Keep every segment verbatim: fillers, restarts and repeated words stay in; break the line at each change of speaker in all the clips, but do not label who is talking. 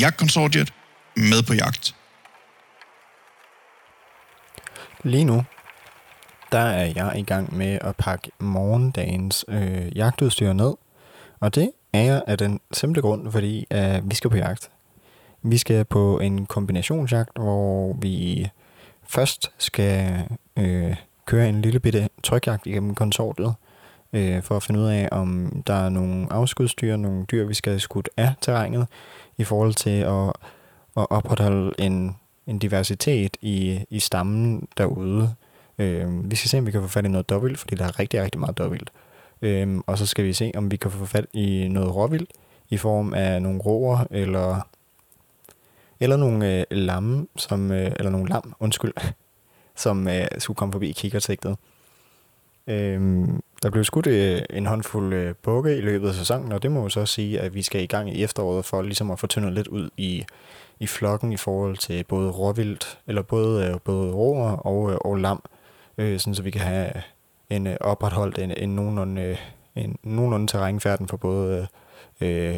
Jagtkonsortiet med på jagt.
Lige nu, der er jeg i gang med at pakke morgendagens øh, jagtudstyr ned. Og det er jeg af den simple grund, fordi øh, vi skal på jagt. Vi skal på en kombinationsjagt, hvor vi først skal øh, køre en lille bitte trykjagt igennem konsortiet, øh, for at finde ud af, om der er nogle afskudsdyr, nogle dyr, vi skal have skudt af terrænet, i forhold til at, at opretholde en, en diversitet i, i stammen derude. Øh, vi skal se, om vi kan få fat i noget dobbelt, fordi der er rigtig, rigtig meget dobbelt. Øh, og så skal vi se, om vi kan få fat i noget råvildt, i form af nogle råer, eller, eller nogle øh, lamme, som, øh, eller nogle lam, undskyld, som øh, skulle komme forbi kikkertsigtet. Øh, der blev skudt øh, en håndfuld øh, bukke i løbet af sæsonen, og det må jo så sige, at vi skal i gang i efteråret for ligesom at få tyndet lidt ud i, i flokken i forhold til både råvildt, eller både, øh, både råer og, øh, og lam, øh, sådan så vi kan have en øh, opretholdt en, en nogenlunde, øh, en nogenlunde terrænfærden for både øh,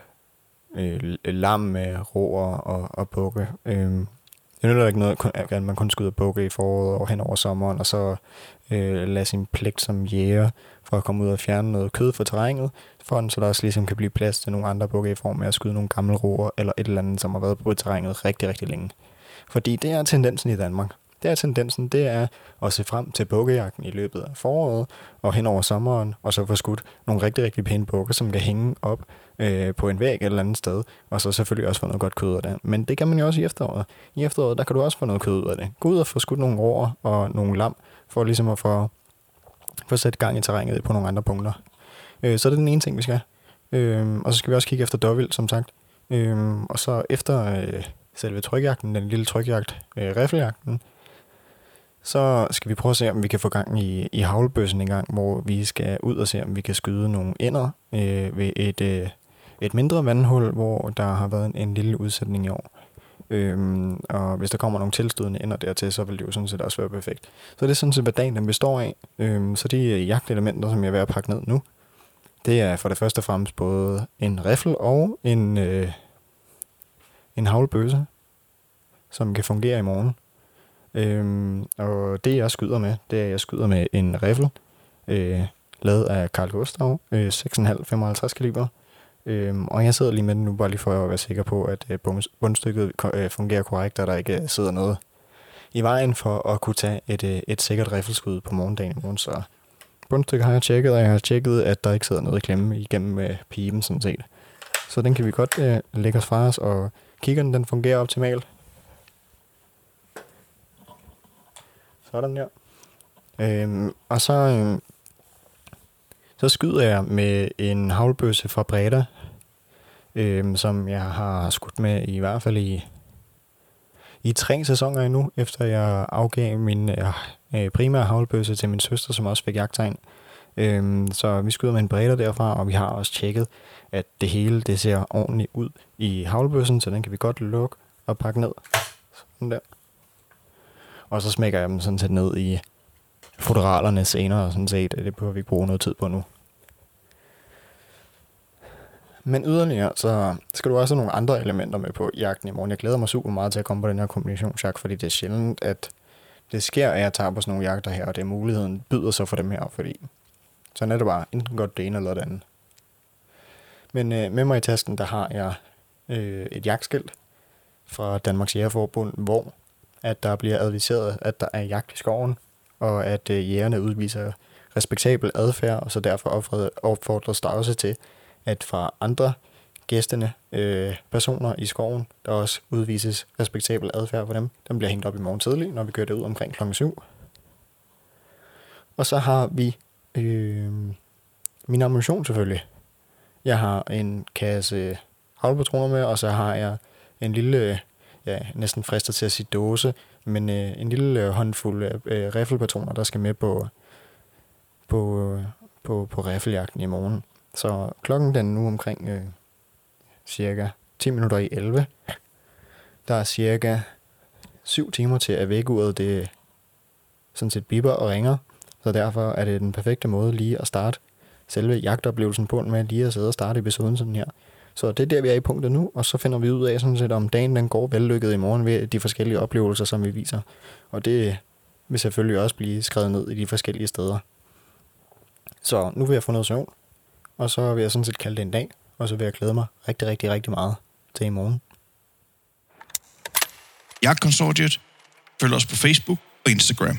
øh, lam, øh, råer og, og bukke. Øh, det nytter ikke noget, at man kun skyder bukke i foråret og hen over sommeren, og så øh, lade sin pligt som jæger for at komme ud og fjerne noget kød fra terrænet, for den, så der også ligesom kan blive plads til nogle andre bukke i form af at skyde nogle gamle råer, eller et eller andet, som har været på terrænet rigtig, rigtig længe. Fordi det er tendensen i Danmark. Det er tendensen, det er at se frem til bukkejagten i løbet af foråret og hen over sommeren, og så få skudt nogle rigtig, rigtig pæne bukke, som kan hænge op øh, på en væg et eller andet sted, og så selvfølgelig også få noget godt kød ud af det. Men det kan man jo også i efteråret. I efteråret, der kan du også få noget kød ud af det. Gå ud og få skudt nogle råer og nogle lam, for ligesom at få, få sat gang i terrænet på nogle andre punkter. Øh, så det er den ene ting, vi skal. Øh, og så skal vi også kigge efter dårvild, som sagt. Øh, og så efter øh, selve trykjagten, den lille trykjagt, øh, riffeljagten, så skal vi prøve at se, om vi kan få gang i, i haglbøssen en gang, hvor vi skal ud og se, om vi kan skyde nogle ænder øh, ved et, øh, et mindre vandhul, hvor der har været en, en lille udsætning i år. Øhm, og hvis der kommer nogle tilstødende ænder dertil, så vil det jo sådan set også være perfekt. Så det er sådan set, hvad dagen den består af. Øhm, så de jagtelementer, som jeg er ved at pakke ned nu, det er for det første og fremmest både en riffel og en, øh, en haglbøsse, som kan fungere i morgen. Øhm, og det jeg skyder med, det er, at jeg skyder med en riffel, øh, lavet af Carl Gustav, øh, seks komma fem femoghalvtreds kaliber. Øhm, og jeg sidder lige med den nu, bare lige for at være sikker på, at øh, bundstykket øh, fungerer korrekt, og der ikke øh, sidder noget i vejen for at kunne tage et, øh, et sikkert riffelskud på morgendagen i morgen. Så bundstykket har jeg tjekket, og jeg har tjekket, at der ikke sidder noget i klemme igennem øh, piben sådan set. Så den kan vi godt øh, lægge os fra os, og kiggeren den fungerer optimalt. Sådan der. Øhm, og så, øhm, så skyder jeg med en haglbøsse fra Breda, øhm, som jeg har skudt med i hvert fald i, i tre sæsoner endnu, efter jeg afgav min øh, primære haglbøsse til min søster, som også fik jagttegn. Øhm, så vi skyder med en Breda derfra, og vi har også tjekket, at det hele det ser ordentligt ud i haglbøssen, så den kan vi godt lukke og pakke ned. Sådan der. Og så smækker jeg dem sådan set ned i foderalerne senere, sådan set. Det behøver vi ikke bruge noget tid på nu. Men yderligere, så skal du også have nogle andre elementer med på jagten i morgen. Jeg glæder mig super meget til at komme på den her kombinationsjagt, fordi det er sjældent, at det sker, at jeg tager på sådan nogle jagter her, og det er muligheden byder sig for dem her, fordi sådan er det bare enten godt det ene eller det andet. Men øh, med mig i tasken, der har jeg øh, et jagtskilt fra Danmarks Jægerforbund, hvor at der bliver adviseret, at der er jagt i skoven, og at øh, jægerne udviser respektabel adfærd, og så derfor opfordres der også til, at fra andre gæstende øh, personer i skoven, der også udvises respektabel adfærd for dem. Den bliver hængt op i morgen tidlig, når vi kører det ud omkring klokken syv. Og så har vi øh, min ammunition selvfølgelig. Jeg har en kasse haglpatroner med, og så har jeg en lille, ja, næsten frister til at sige dåse, men øh, en lille øh, håndfuld af øh, riffelpatroner, der skal med på, på, på, på riffeljagten i morgen. Så klokken den er nu omkring øh, cirka ti minutter i elleve. Der er cirka syv timer til at vækkeuret det sådan set bipper og ringer. Så derfor er det den perfekte måde lige at starte selve jagtoplevelsen på, med lige at sidde og starte episoden sådan her. Så det er der, vi er i punktet nu, og så finder vi ud af, sådan set, om dagen den går vellykket i morgen ved de forskellige oplevelser, som vi viser. Og det vil selvfølgelig også blive skrevet ned i de forskellige steder. Så nu vil jeg få noget søvn, og så vil jeg sådan set kalde det en dag, og så vil jeg glæde mig rigtig, rigtig, rigtig meget til i morgen.
Jagtkonsortiet. Følg os på Facebook og Instagram.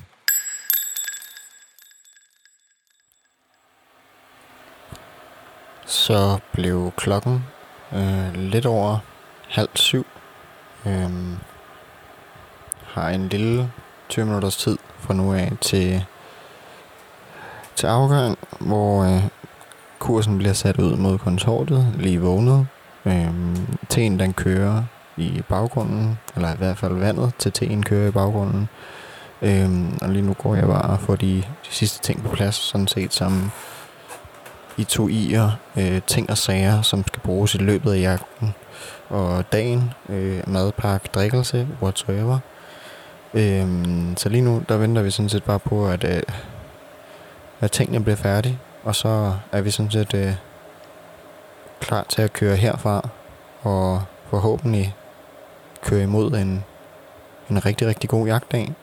Så blev klokken øh, lidt over halv syv. Øhm, har en lille tyve minutters tid fra nu af til, til afgang, hvor øh, kursen bliver sat ud mod konsortet, lige vågnet. Øhm, teen den kører i baggrunden, eller i hvert fald vandet til teen kører i baggrunden. Øhm, og lige nu går jeg bare for de, de sidste ting på plads, sådan set som etuier, øh, ting og sager, som skal bruges i løbet af jagten og dagen, øh, madpakke, drikkelse, whatsoever. Øhm, så lige nu, der venter vi sådan set bare på, at, øh, at tingene bliver færdige, og så er vi sådan set øh, klar til at køre herfra, og forhåbentlig køre imod en, en rigtig, rigtig god jagtdag.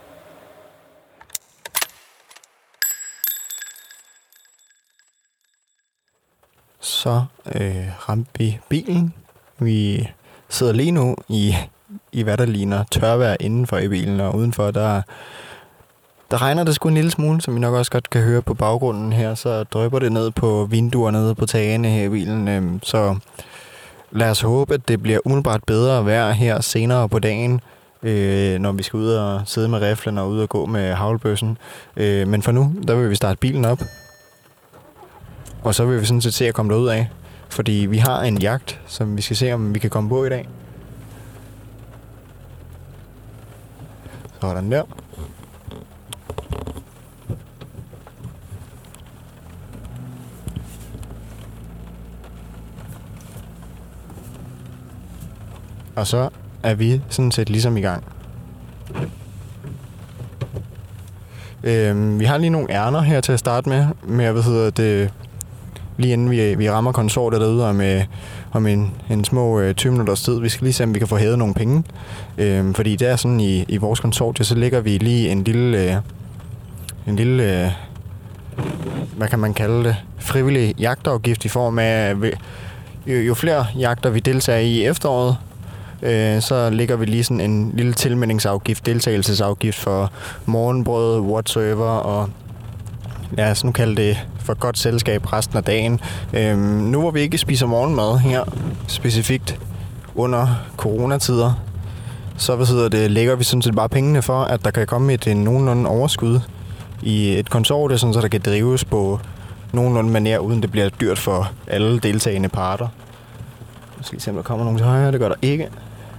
Så øh, ramte vi bilen. Vi sidder lige nu i, i hvad der ligner tørvejr indenfor i bilen, og udenfor der, der regner det sgu en lille smule, som vi nok også godt kan høre på baggrunden her. Så drypper det ned på vinduer nede på tagene her i bilen. Øh, så lad os håbe, at det bliver umiddelbart bedre vejr her senere på dagen, øh, når vi skal ud og sidde med riflen og ud og gå med haglbøssen. Øh, men for nu, der vil vi starte bilen op. Og så vil vi sådan set se at komme derud af. Fordi vi har en jagt, som vi skal se, om vi kan komme på i dag. Sådan der. Og så er vi sådan set ligesom i gang. Øhm, vi har lige nogle ærner her til at starte med. Med, hvad hedder det... Lige inden vi, vi rammer konsortet derude om, øh, om en, en små øh, tyve minutters tid. Vi skal lige se, om vi kan få hævet nogle penge. Øhm, fordi det er sådan, i, i vores konsortie, så lægger vi lige en lille, øh, en lille øh, hvad kan man kalde det, frivillig jagtafgift i form af, jo, jo flere jagter vi deltager i efteråret, øh, så lægger vi lige sådan en lille tilmeldingsafgift, deltagelsesafgift for morgenbrød, whatsoever, og lad os nu kalde det for godt selskab resten af dagen. Øhm, nu hvor vi ikke spiser morgenmad her, specifikt under coronatider, så hvad hedder det, lægger vi sådan set bare pengene for, at der kan komme et en nogenlunde overskud i et konsortie, sådan så der kan drives på nogenlunde manér, uden det bliver dyrt for alle deltagende parter. Jeg skal lige se, om der kommer nogen til højre. Det gør der ikke.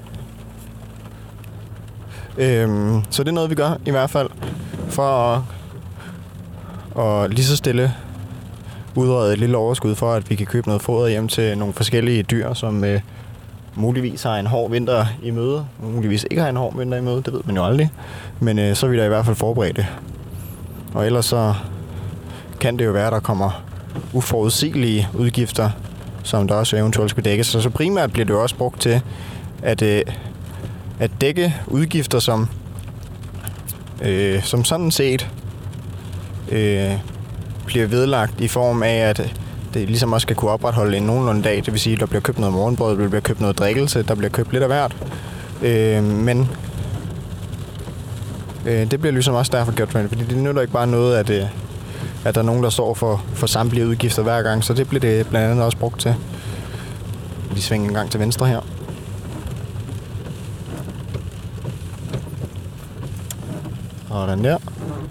Øhm, så det er noget, vi gør i hvert fald for at og lige så stille udrede et lille overskud for, at vi kan købe noget foder hjem til nogle forskellige dyr, som øh, muligvis har en hård vinter i møde. Muligvis ikke har en hård vinter i møde, det ved man jo aldrig. Men øh, så er vi da i hvert fald forberedte. Og ellers så kan det jo være, at der kommer uforudsigelige udgifter, som der også eventuelt skal dækkes. Så, så primært bliver det jo også brugt til at, øh, at dække udgifter, som, øh, som sådan set Øh, bliver vedlagt i form af, at det ligesom også skal kunne opretholde en nogenlunde dag. Det vil sige, at der bliver købt noget morgenbrød, der bliver købt noget drikkelse, der bliver købt lidt af hvert. Øh, men øh, det bliver ligesom også derfor gjort, fordi det nytter ikke bare noget, at, øh, at der er nogen, der står for, for samtlige udgifter hver gang. Så det bliver det blandt andet også brugt til. Vi svinger en gang til venstre her. Og den der.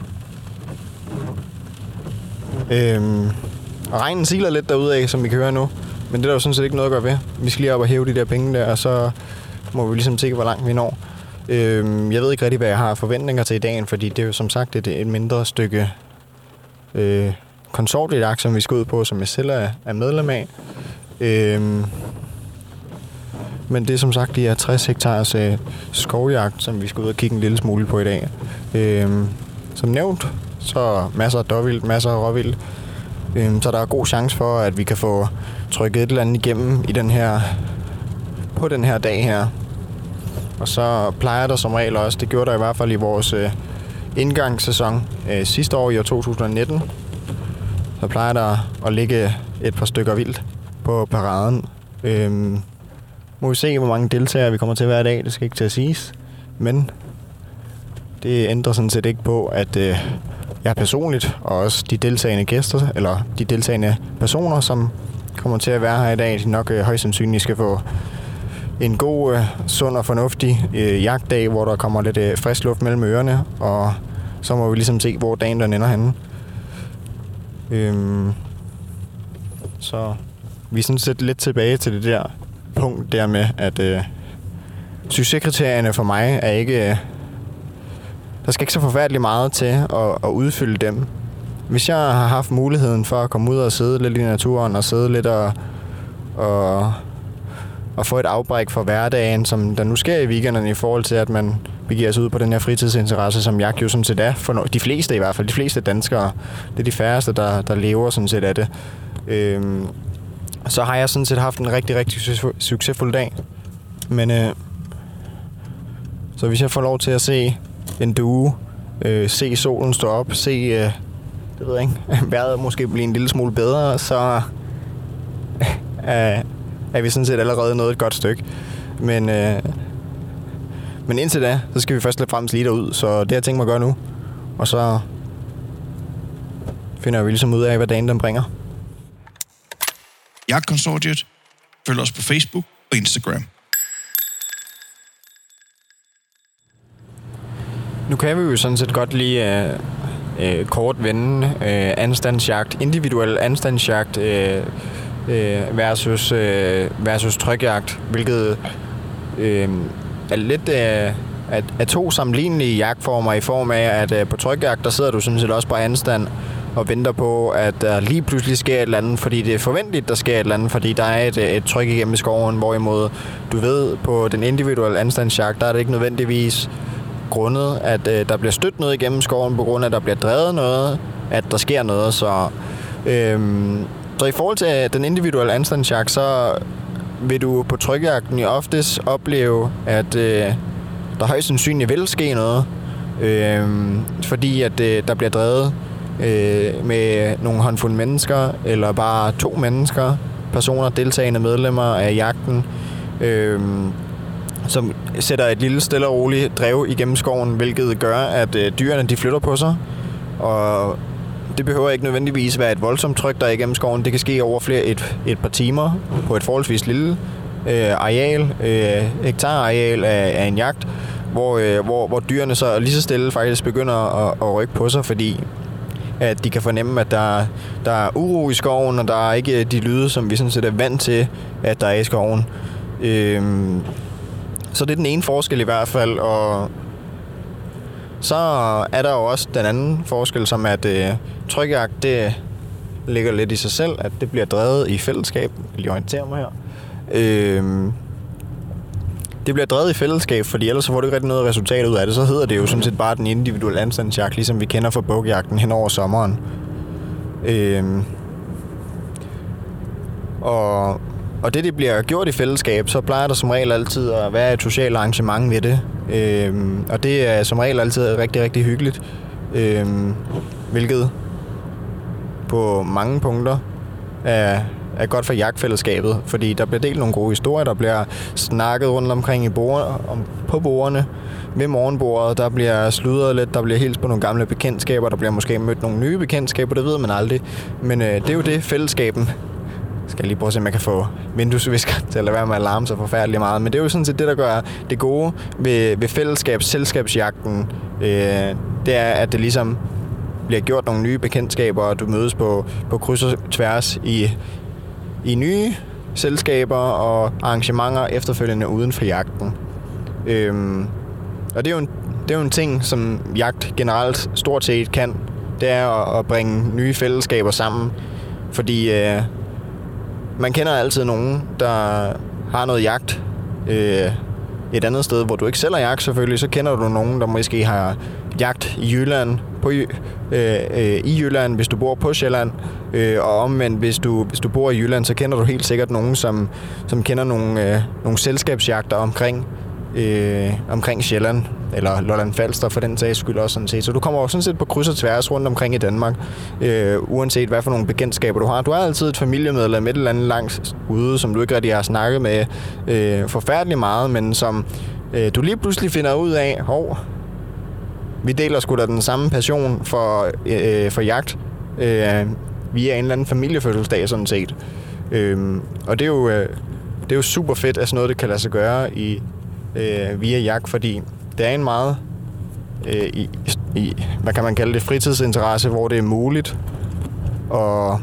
Øhm, og regnen siler lidt derudad, som vi kan høre nu. Men det er der jo sådan set ikke noget at gøre ved. Vi skal lige op og hæve de der penge der, og så må vi ligesom tænke, hvor langt vi når. Øhm, jeg ved ikke rigtig, hvad jeg har forventninger til i dagen, fordi det er jo som sagt et, et mindre stykke øh, konsortiejagt, som vi skal ud på, som jeg selv er, er medlem af. Øhm, men det er som sagt de her tres hektars øh, skovjagt, som vi skal ud og kigge en lille smule på i dag. Øhm, som nævnt, så masser af dårvildt, masser af råvildt. Øhm, så der er god chance for, at vi kan få trykket et eller andet igennem i den her, på den her dag her. Og så plejer der som regel også, det gjorde der i hvert fald i vores øh, indgangssæson øh, sidste år i år to tusind nitten, så plejer der at ligge et par stykker vildt på paraden. Øhm, må vi se, hvor mange deltagere vi kommer til hver dag, det skal ikke til at siges. Men det ændrer sådan set ikke på, at øh, jeg personligt, og også de deltagende gæster, eller de deltagende personer, som kommer til at være her i dag, de nok øh, højst sandsynligt skal få en god, øh, sund og fornuftig øh, jagtdag, hvor der kommer lidt øh, frisk luft mellem ørerne, og så må vi ligesom se, hvor dagen den ender henne. Øhm, så vi er sådan set lidt tilbage til det der punkt der med, at øh, succeskriterierne for mig er ikke... Øh, der skal ikke så forfærdeligt meget til at, at udfylde dem. Hvis jeg har haft muligheden for at komme ud og sidde lidt i naturen, og sidde lidt og, og, og få et afbræk for hverdagen, som der nu sker i weekenderne i forhold til, at man begiver sig ud på den her fritidsinteresse, som jagt jo sådan set er, for de fleste i hvert fald, de fleste danskere, det er de færreste, der, der lever sådan set af det. Øhm, så har jeg sådan set haft en rigtig, rigtig succesfuld dag. Men øh, så hvis jeg får lov til at se en due, øh, se solen stå op, se, øh, det ved jeg ikke, vejret måske blive en lille smule bedre, så øh, er vi sådan set allerede nået et godt stykke. Men, øh, men indtil da, så skal vi først lidt frem lige derud, så det har jeg tænkt mig at gøre nu. Og så finder vi ligesom ud af, hvad dagen den bringer.
Jagtkonsortiet. Følg os på Facebook og Instagram.
Nu kan vi jo sådan set godt lige øh, øh, kort vende øh, anstandsjagt, individuel anstandsjagt øh, øh, versus, øh, versus trykjagt, hvilket øh, er lidt øh, af, af to sammenlignelige jagtformer i form af, at øh, på trykjagt, der sidder du sådan set også på anstand og venter på, at der lige pludselig sker et eller andet, fordi det er forventeligt, der sker et eller andet, fordi der er et, et tryk igennem i skoven, hvorimod du ved, på den individuelle anstandsjagt, der er det ikke nødvendigvis grundet, at øh, der bliver stødt noget igennem skoven, på grund af, at der bliver drevet noget, at der sker noget. Så, øhm, så i forhold til den individuelle anstandsjagt, så vil du på trykjagten jo oftest opleve, at øh, der højst sandsynligt vil ske noget, øh, fordi at øh, der bliver drevet øh, med nogle håndfuld mennesker, eller bare to mennesker, personer, deltagende medlemmer af jagten, øh, som sætter et lille stille og roligt drev igennem skoven, hvilket gør, at øh, dyrene de flytter på sig. Og det behøver ikke nødvendigvis være et voldsomt tryk, der er igennem skoven. Det kan ske over flere et, et par timer på et forholdsvis lille øh, areal, øh, hektarareal af, af en jagt, hvor, øh, hvor, hvor dyrene så lige så stille faktisk begynder at, at rykke på sig, fordi at de kan fornemme, at der, der er uro i skoven, og der er ikke de lyde, som vi sådan set er vant til, at der er i skoven. Øh, Så det er den ene forskel i hvert fald, og så er der jo også den anden forskel, som at øh, trykjagt, det ligger lidt i sig selv, at det bliver drevet i fællesskab. Jeg vil lige orientere mig her. Øh, det bliver drevet i fællesskab, fordi ellers så får du ikke rigtig noget resultat ud af det. Så hedder det jo sådan set bare den individuelle anstandsjagt, ligesom vi kender fra bukkejagten hen over sommeren. Øh, og Og det, det bliver gjort i fællesskab, så plejer der som regel altid at være et socialt arrangement ved det. Øhm, og det er som regel altid rigtig, rigtig hyggeligt. Øhm, hvilket på mange punkter er, er godt for jagtfællesskabet. Fordi der bliver delt nogle gode historier, der bliver snakket rundt omkring i bord, om, på bordene. Ved morgenbordet, der bliver sludret lidt, der bliver hilst på nogle gamle bekendtskaber, der bliver måske mødt nogle nye bekendtskaber, det ved man aldrig. Men øh, det er jo det, fællesskaben. Skal jeg lige prøve at se, om jeg kan få vinduesvisker til at lade være med at larme så forfærdeligt meget. Men det er jo sådan set det, der gør det gode ved, ved fællesskabs- selskabsjagten. Øh, det er, at det ligesom bliver gjort nogle nye bekendtskaber, og du mødes på, på kryds og tværs i, i nye selskaber og arrangementer efterfølgende uden for jagten. Øh, og det er, jo en, det er jo en ting, som jagt generelt stort set kan. Det er at, at bringe nye fællesskaber sammen. Fordi øh, man kender altid nogen, der har noget jagt, øh, et andet sted, hvor du ikke selv har jagt selvfølgelig, så kender du nogen, der måske har jagt i Jylland, på, øh, øh, i Jylland, hvis du bor på Sjælland. Øh, og omvendt, hvis du, hvis du bor i Jylland, så kender du helt sikkert nogen, som, som kender nogle, øh, nogle selskabsjagter omkring, øh, omkring Sjælland, eller Lolland Falster for den sags skyld også sådan set. Så du kommer jo sådan set på kryds og tværs rundt omkring i Danmark, øh, uanset hvad for nogle bekendtskaber du har. Du har altid et familiemedlem et eller andet langt ude, som du ikke rigtig har snakket med øh, forfærdeligt meget, men som øh, du lige pludselig finder ud af, hov, vi deler sgu da den samme passion for, øh, for jagt øh, via en eller anden familiefødselsdag sådan set. Øh, og det er jo, øh, det er jo super fedt, at sådan noget det kan lade sig gøre i, øh, via jagt, fordi det er en meget, øh, i, i, hvad kan man kalde det, fritidsinteresse, hvor det er muligt at,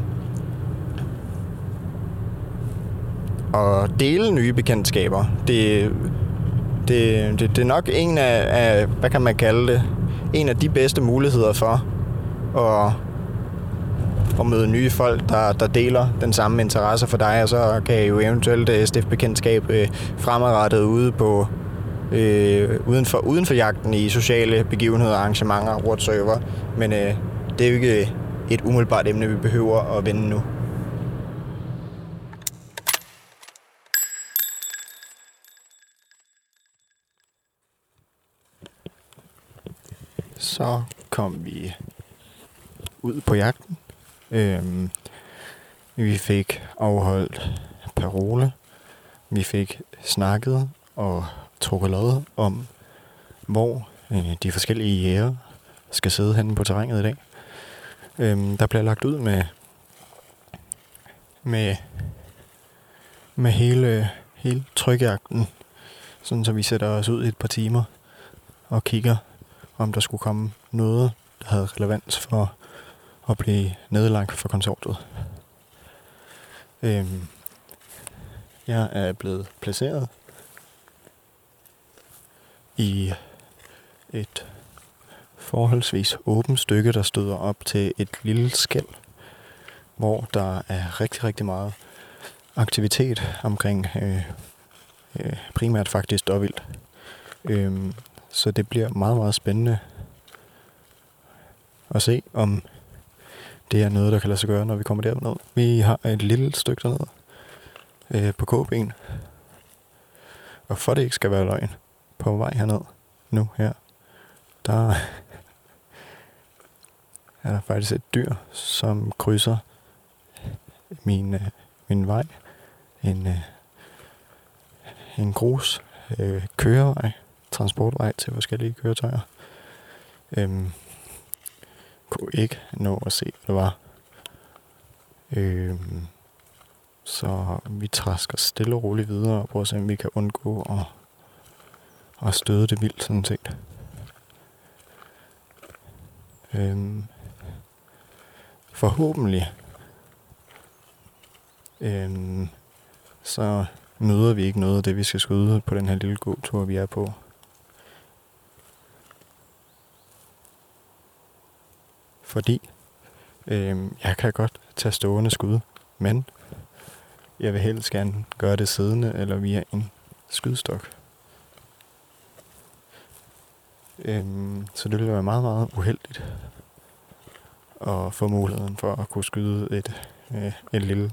at dele nye bekendtskaber. Det, det, det, det er nok en af, af, hvad kan man kalde det, en af de bedste muligheder for at, at møde nye folk, der, der deler den samme interesse for dig, og så kan I jo eventuelt uh, stifte bekendtskab uh, fremadrettet ude på uh, uden, for, uden for jagten i sociale begivenheder, arrangementer, whatsoever. Men uh, det er jo ikke et umiddelbart emne, vi behøver at vende nu. Så kom vi ud på jagten. Øhm, vi fik afholdt parole. Vi fik snakket og trukket lod om, hvor øh, de forskellige jæger skal sidde henne på terrænet i dag. Øhm, der bliver lagt ud med med med hele, hele trykjagten, sådan så vi sætter os ud i et par timer og kigger, om der skulle komme noget, der havde relevans for at blive nedlagt for konsortiet. Øhm, jeg er blevet placeret i et forholdsvis åbent stykke, der støder op til et lille skel, hvor der er rigtig, rigtig meget aktivitet omkring øh, øh, primært faktisk dårvildt. Øhm, så det bliver meget, meget spændende at se, om det er noget, der kan lade sig gøre, når vi kommer derned. Vi har et lille stykke dernede øh, på K B'en. Og for det ikke skal være løgn, på vej herned, nu her, der er der faktisk et dyr, som krydser min, øh, min vej. En, øh, en grus øh, kørevej, transportvej til forskellige køretøjer. Øhm, kunne ikke nå at se, hvad det var. Øhm, så vi træsker stille og roligt videre og prøver at se, om vi kan undgå at, at støde det vildt sådan set. Øhm, forhåbentlig øhm, så møder vi ikke noget af det, vi skal skyde på den her lille gåtur, vi er på. Fordi øh, jeg kan godt tage stående skud, men jeg vil helst gerne gøre det siddende eller via en skydstok. Øh, så det ville være meget, meget uheldigt at få muligheden for at kunne skyde et, øh, et lille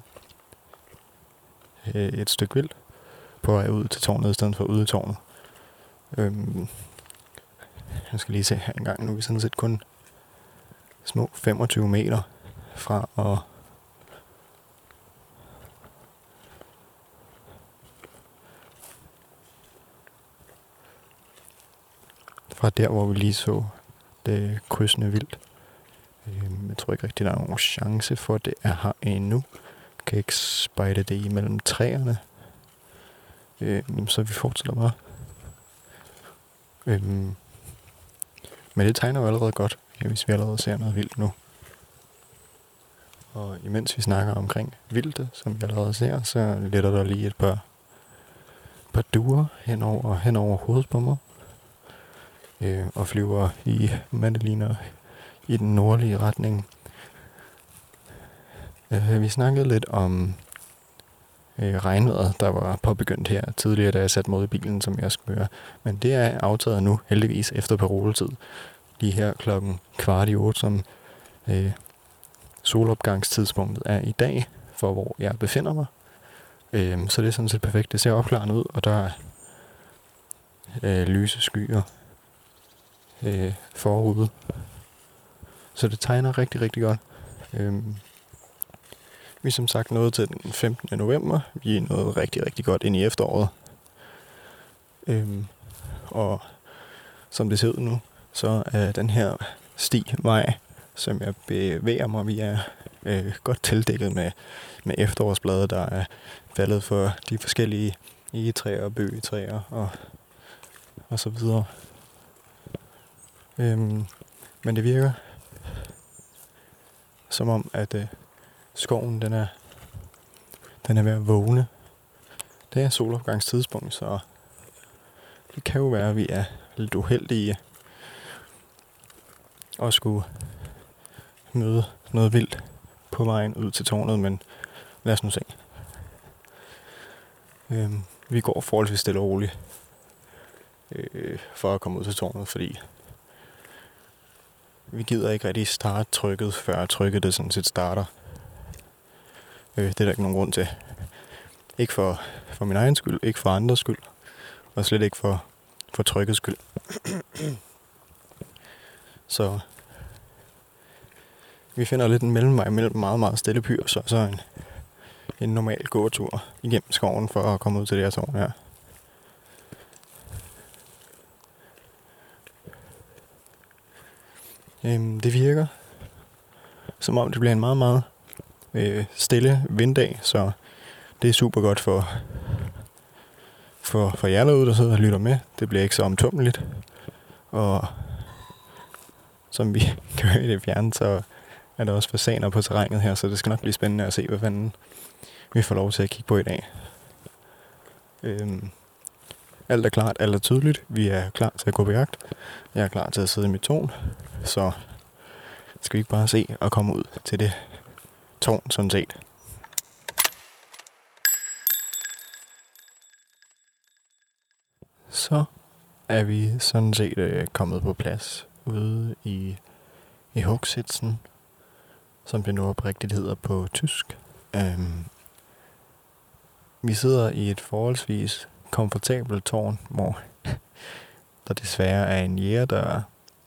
øh, et stykke vildt på vej ud til tårnet i stedet for ude i tårnet. Øh, jeg skal lige se her en gang. Nu er vi sådan set kun små femogtyve meter fra at fra der, hvor vi lige så det krydsende vildt. Jeg tror ikke rigtig, der er nogen chance for, at det er her endnu. Jeg kan ikke spejde det imellem træerne. Så vi fortsætter bare. Men det tegner jo allerede godt, hvis vi allerede ser noget vildt nu. Og imens vi snakker omkring vildte, som vi allerede ser, så letter der lige et par, par duer henover, henover hovedet på mig. Øh, og flyver i mandeliner i den nordlige retning. Øh, vi snakkede lidt om øh, regnvejret, der var påbegyndt her tidligere, da jeg satte mod i bilen, som jeg skulle høre. Men det er aftaget nu, heldigvis efter paroletid. Lige her klokken kvart i otte, som øh, solopgangstidspunktet er i dag, for hvor jeg befinder mig. Øh, så det er sådan set perfekt. Det ser opklarende ud, og der er øh, lyse skyer øh, forude. Så det tegner rigtig, rigtig godt. Øh, vi er som sagt nået til den femtende november. Vi er nået rigtig, rigtig godt ind i efteråret. Øh, og som det ser ud nu, så er den her sti vej, som jeg bevæger mig, vi er øh, godt tildækket med, med efterårsblade, der er faldet for de forskellige egetræer og bøgetræer og, og så videre. Øhm, men det virker som om, at øh, skoven den er, den er ved at vågne. Det er solopgangstidspunkt, så det kan jo være, at vi er lidt uheldige at skulle møde noget vildt på vejen ud til tårnet, men lad os nu se. Øhm, vi går forholdsvis stille og roligt øh, for at komme ud til tårnet, fordi vi gider ikke rigtig starte trykket, før trykket det sådan set starter. Øh, det er der ikke nogen grund til. Ikke for, for min egen skyld, ikke for andres skyld, og slet ikke for, for trykkets skyld. Så vi finder lidt en mellemvej mellem meget, meget stille pyr, så så en, en normal gåtur igennem skoven for at komme ud til det her tårn her. Øhm, det virker som om det bliver en meget, meget øh, stille vinddag, så det er super godt for, for, for jer derude, der sidder og lytter med. Det bliver ikke så omtummeligt, og som vi kan høre i det fjerne, så er der også fasaner på terrænet her, så det skal nok blive spændende at se, hvad fanden vi får lov til at kigge på i dag. Øhm, alt er klart, alt er tydeligt. Vi er klar til at gå på jagt. Jeg er klar til at sidde i mit tårn, så skal vi ikke bare se og komme ud til det tårn sådan set. Så er vi sådan set øh, kommet på plads ude i, i Hogsitsen, som det nu oprigtigt hedder på tysk. Øhm, vi sidder i et forholdsvis komfortabelt tårn, hvor der desværre er en jæger, der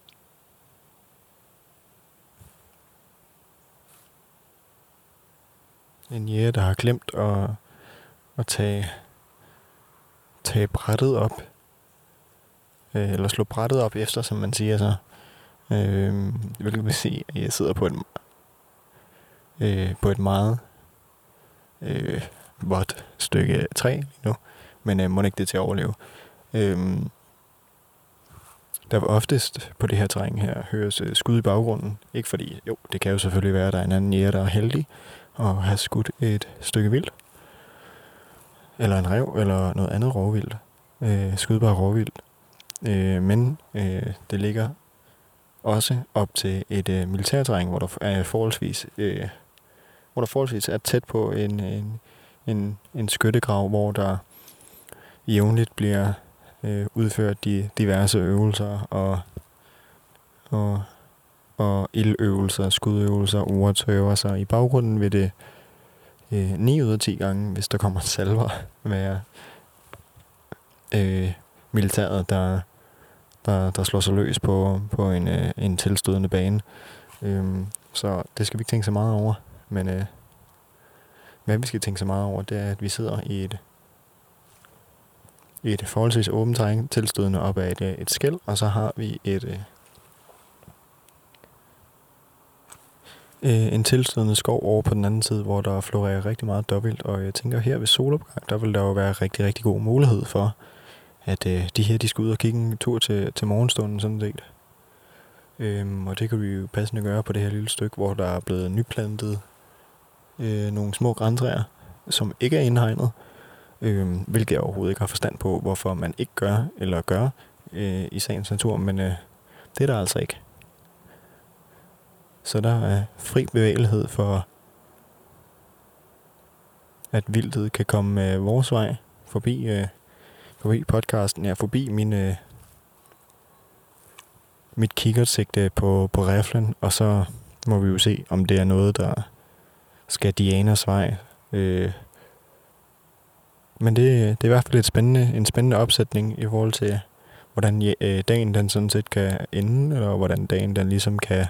en jæger, der har glemt at, at tage, tage brættet op, øh, eller slå brættet op efter, som man siger så. Øh, hvilket vil sige, at jeg sidder på et, øh, på et meget øh, vådt stykke træ lige nu, men øh, må ikke det til at overleve. Øh, der var oftest på det her terræn her høres øh, skud i baggrunden. Ikke fordi, jo, det kan jo selvfølgelig være, at der er en anden jæger, der er heldig og har skudt et stykke vildt, eller en ræv, eller noget andet rovvildt, øh, skudbar rovvildt. Øh, men øh, det ligger også op til et øh, militærterræn, hvor der er forholdsvis, øh, hvor der forholdsvis er tæt på en, en, en, en skyttegrav, hvor der jævnligt bliver øh, udført de diverse øvelser og, og, og ildøvelser, skudøvelser, ordtøvelser. I baggrunden vil det øh, ni ud af ti gange, hvis der kommer salver, være øh, militæret, der Der, der slår sig løs på, på en, øh, en tilstødende bane. Øhm, så det skal vi ikke tænke så meget over. Men øh, hvad vi skal tænke så meget over, det er, at vi sidder i et, i et forholdsvis åbent terræn, tilstødende op ad et, et skel, og så har vi et øh, øh, en tilstødende skov over på den anden side, hvor der florerer rigtig meget dobbelt. Og jeg tænker, her ved solopgang, der vil der jo være rigtig, rigtig god mulighed for, at øh, de her, de skal ud og kigge en tur til, til morgenstunden sådan set. Øhm, og det kan vi jo passende gøre på det her lille stykke, hvor der er blevet nyplantet øh, nogle små grantræer, som ikke er indhegnet. Øh, hvilket jeg overhovedet ikke har forstand på, hvorfor man ikke gør, eller gør øh, i sagens natur, men øh, det er der altså ikke. Så der er fri bevægelighed for at vildtet kan komme øh, vores vej forbi, øh, forbi podcasten, ja, forbi min, øh, mit kikkertsigte på, på riflen, og så må vi jo se, om det er noget, der skal Dianas vej. Øh, men det, det er i hvert fald et spændende, en spændende opsætning i forhold til, hvordan øh, dagen den sådan set kan ende, eller hvordan dagen den ligesom kan,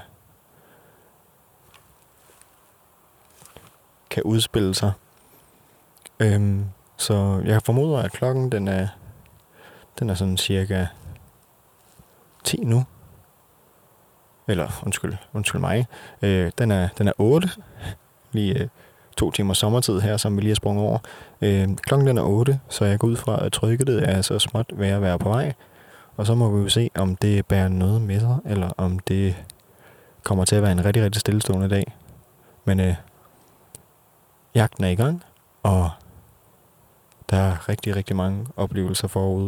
kan udspille sig. Øhm, så jeg formoder, at klokken den er, den er sådan cirka ti nu. Eller, undskyld, undskyld mig. Øh, den, er, den er otte. Lige øh, to timer sommertid her, som vi lige har sprunget over. Øh, klokken den er otte, så jeg går ud fra, at trykket er så småt ved at være på vej. Og så må vi jo se, om det bærer noget med sig, eller om det kommer til at være en rigtig, rigtig stillestående dag. Men øh, jagten er i gang, og der er rigtig, rigtig mange oplevelser forude.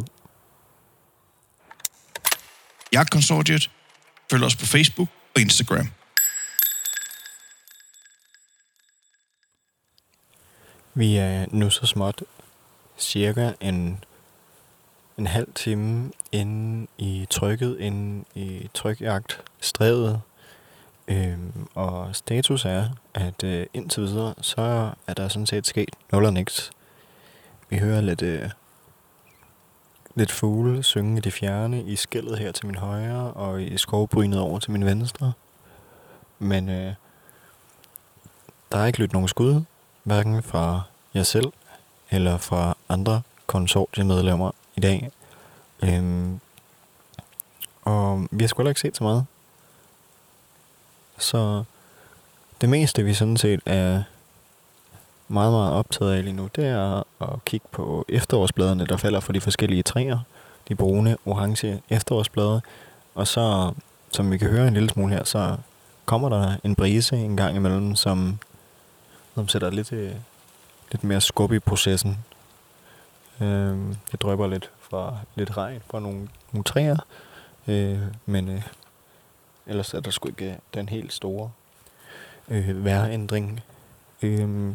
Jagtkonsortiet. Følg os på Facebook og Instagram.
Vi er nu så småt cirka en, en halv time inde i trykket, inde i trykjagtstrædet. Øhm, og status er, at øh, indtil videre, så er der sådan set sket nul og niks. Vi hører lidt, øh, lidt fugle synge i det fjerne, i skellet her til min højre, og i skovbrynet over til min venstre. Men øh, der er ikke lyttet nogen skud, hverken fra jer selv, eller fra andre konsortiemedlemmer i dag. Øhm, og vi har sgu heller ikke set så meget. Så det meste, vi sådan set er meget, meget optaget af lige nu, det er at kigge på efterårsbladene, der falder fra de forskellige træer. De brune, orange efterårsblade. Og så, som vi kan høre en lille smule her, så kommer der en brise en gang imellem, som, som sætter lidt, lidt mere skub i processen. Øh, det drypper lidt fra lidt regn fra nogle, nogle træer. Øh, men øh, ellers er der sgu ikke den helt store øh, vejrændring. Øh,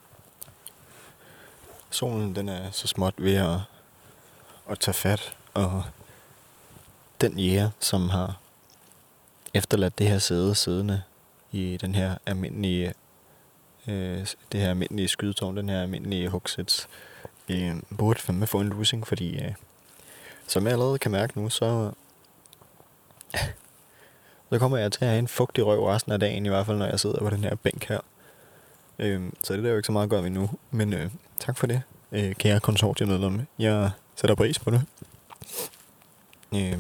solen den er så småt ved at, at tage fat, og den jæger, som har efterladt det her sæde siddende i den her almindelige øh, det her almindelige skydetårn, den her almindelige hugsæts, øh, burde fandme få en losing, fordi øh, som jeg allerede kan mærke nu, så så kommer jeg til at have en fugtig røv resten af dagen, i hvert fald når jeg sidder på den her bænk her. Øh, så det er der jo ikke så meget godt ved nu, men øh, tak for det, øh, kære konsortiemedlem. Jeg sætter pris på det. Øh,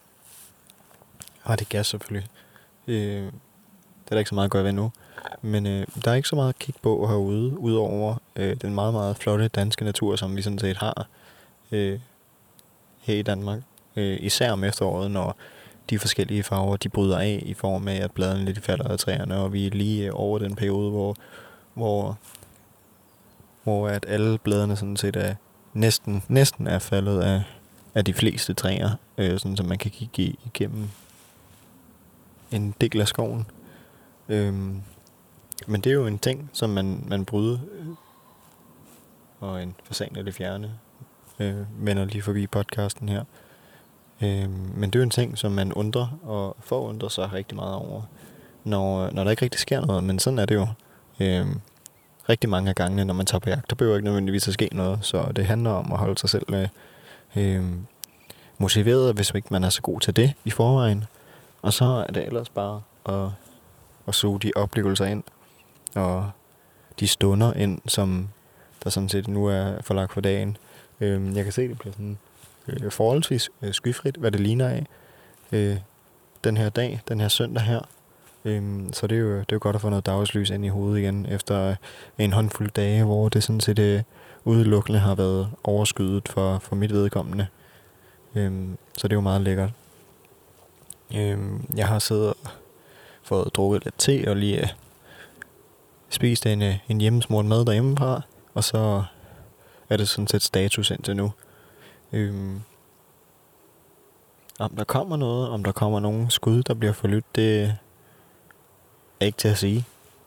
og det gas selvfølgelig. Øh, det er der ikke så meget godt ved nu. Men øh, der er ikke så meget at kigge på herude, udover øh, den meget, meget flotte danske natur, som vi sådan set har øh, her i Danmark. Øh, især om efteråret, når de forskellige farver, de bryder af i form af, at bladene lidt falder af træerne, og vi er lige over den periode, hvor, hvor, hvor at alle bladene sådan set er næsten, næsten er faldet af, af de fleste træer, øh, sådan så man kan kigge igennem en del af skoven. Øhm, men det er jo en ting, som man, man bryder, øh, og en fasan af det fjerne øh, vender lige forbi podcasten her. Øh, men det er jo en ting, som man undrer og forundrer sig rigtig meget over, når, når der ikke rigtig sker noget. Men sådan er det jo øh, rigtig mange af gangene, når man tager på jagt. Der behøver ikke nødvendigvis at ske noget, så det handler om at holde sig selv øh, øh, motiveret, hvis ikke man er så god til det i forvejen. Og så er det ellers bare at, at suge de oplevelser ind, og de stunder ind, som der sådan set nu er forlagt for dagen. Øh, jeg kan se, det bliver sådan øh, forholdsvis øh, skyfrit, hvad det ligner af øh, den her dag, den her søndag her. Øh, så det er, jo, det er jo godt at få noget dagslys ind i hovedet igen, efter en håndfuld dage, hvor det sådan set øh, udelukkende har været overskydet for, for mit vedkommende. Øh, så det er jo meget lækkert. Øh, jeg har siddet og fået drukket lidt te og lige øh, spist en, øh, en hjemmesmurt mad derhjemmefra, og så er det sådan set status indtil nu. Øhm, om der kommer noget, om der kommer nogle skud, der bliver forlydt, det er ikke til at sige.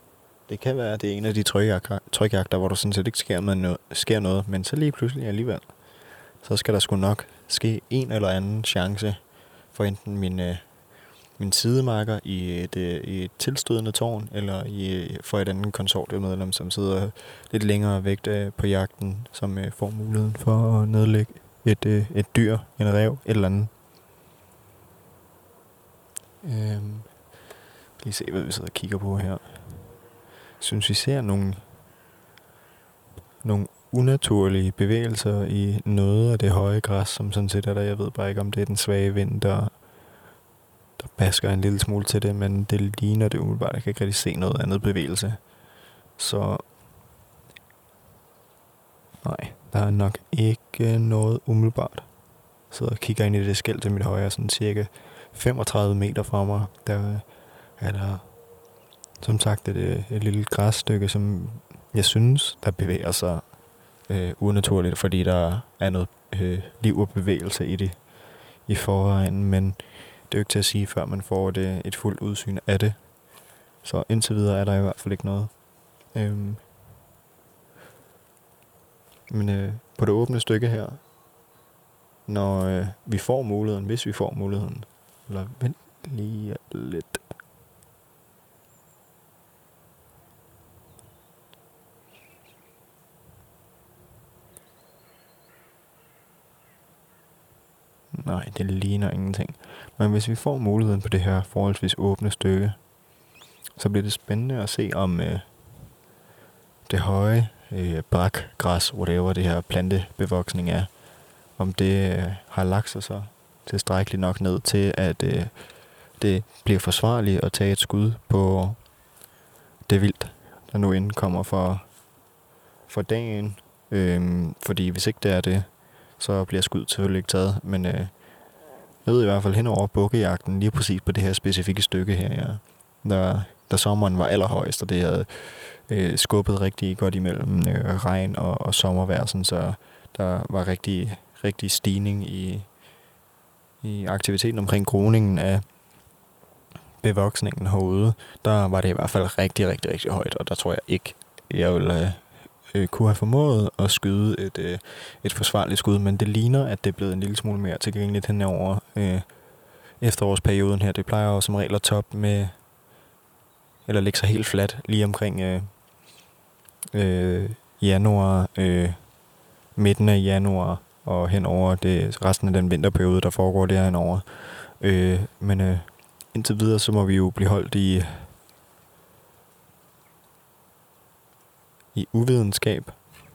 Det kan være, at det er en af de trykjagter, trykjagter hvor der sådan set ikke sker, med no- sker noget, men så lige pludselig alligevel, så skal der sgu nok ske en eller anden chance for enten min, øh, min sidemarker i et, øh, i et tilstødende tårn, eller i, for et andet konsortiemedlem, som sidder lidt længere væk øh, på jagten, som øh, får muligheden for at nedlægge et, øh, et dyr, en ræv, et eller andet. Øhm, lige se, hvad vi sidder og kigger på her. Jeg synes, vi ser nogle, nogle unaturlige bevægelser i noget af det høje græs, som sådan set er der. Jeg ved bare ikke, om det er den svage vind, der, der basker en lille smule til det, men det ligner det umiddelbart. Jeg kan ikke rigtig se noget andet bevægelse. Så nej, der er nok ikke noget umiddelbart. Jeg sidder og kigger ind i det skæld til mit højre, sådan cirka femogtredive meter fra mig. Der er der som sagt et, et lille græsstykke, som jeg synes, der bevæger sig øh, unaturligt, fordi der er noget øh, liv og bevægelse i det i forvejen, men det er jo ikke til at sige, før man får det, et fuldt udsyn af det. Så indtil videre er der i hvert fald ikke noget. Øhm. Men øh, på det åbne stykke her, når øh, vi får muligheden, hvis vi får muligheden, eller vent lige lidt. Nej, det ligner ingenting. Men hvis vi får muligheden på det her forholdsvis åbne stykke, så bliver det spændende at se, om øh, det høje øh, brakgræs, whatever det her plantebevoksning er, om det øh, har lagt sig så tilstrækkeligt nok ned til, at øh, det bliver forsvarligt at tage et skud på det vildt, der nu indkommer for, for dagen. Øhm, fordi hvis ikke det er det, så bliver skud selvfølgelig ikke taget. Men øh, jeg ved i hvert fald hen over bukkejagten, lige præcis på det her specifikke stykke her, ja, der, der sommeren var allerhøjst, og det havde øh, skubbet rigtig godt imellem øh, regn og, og sommervejr, sådan, så der var rigtig, rigtig stigning i, i aktiviteten omkring groningen af bevoksningen herude. Der var det i hvert fald rigtig, rigtig, rigtig højt, og der tror jeg ikke, jeg ville øh, kunne have formået at skyde et, øh, et forsvarligt skud, men det ligner, at det er blevet en lille smule mere tilgængeligt henover øh, efterårsperioden her. Det plejer jo som regel at toppe med, eller lægge sig helt fladt lige omkring øh, øh, januar, øh, midten af januar og henover det, resten af den vinterperiode, der foregår der henover. Øh, men øh, indtil videre, så må vi jo blive holdt i i uvidenskab.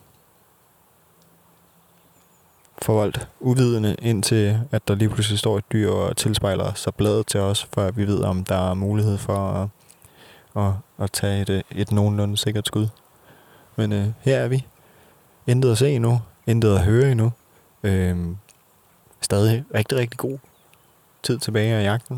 Forvoldt uvidende, indtil at der lige pludselig står et dyr og tilspejler sig bladet til os, før vi ved, om der er mulighed for at, at, at tage et, et nogenlunde sikkert skud. Men øh, her er vi. Intet at se endnu. Intet at høre endnu. Øh, stadig rigtig, rigtig god tid tilbage af jagten.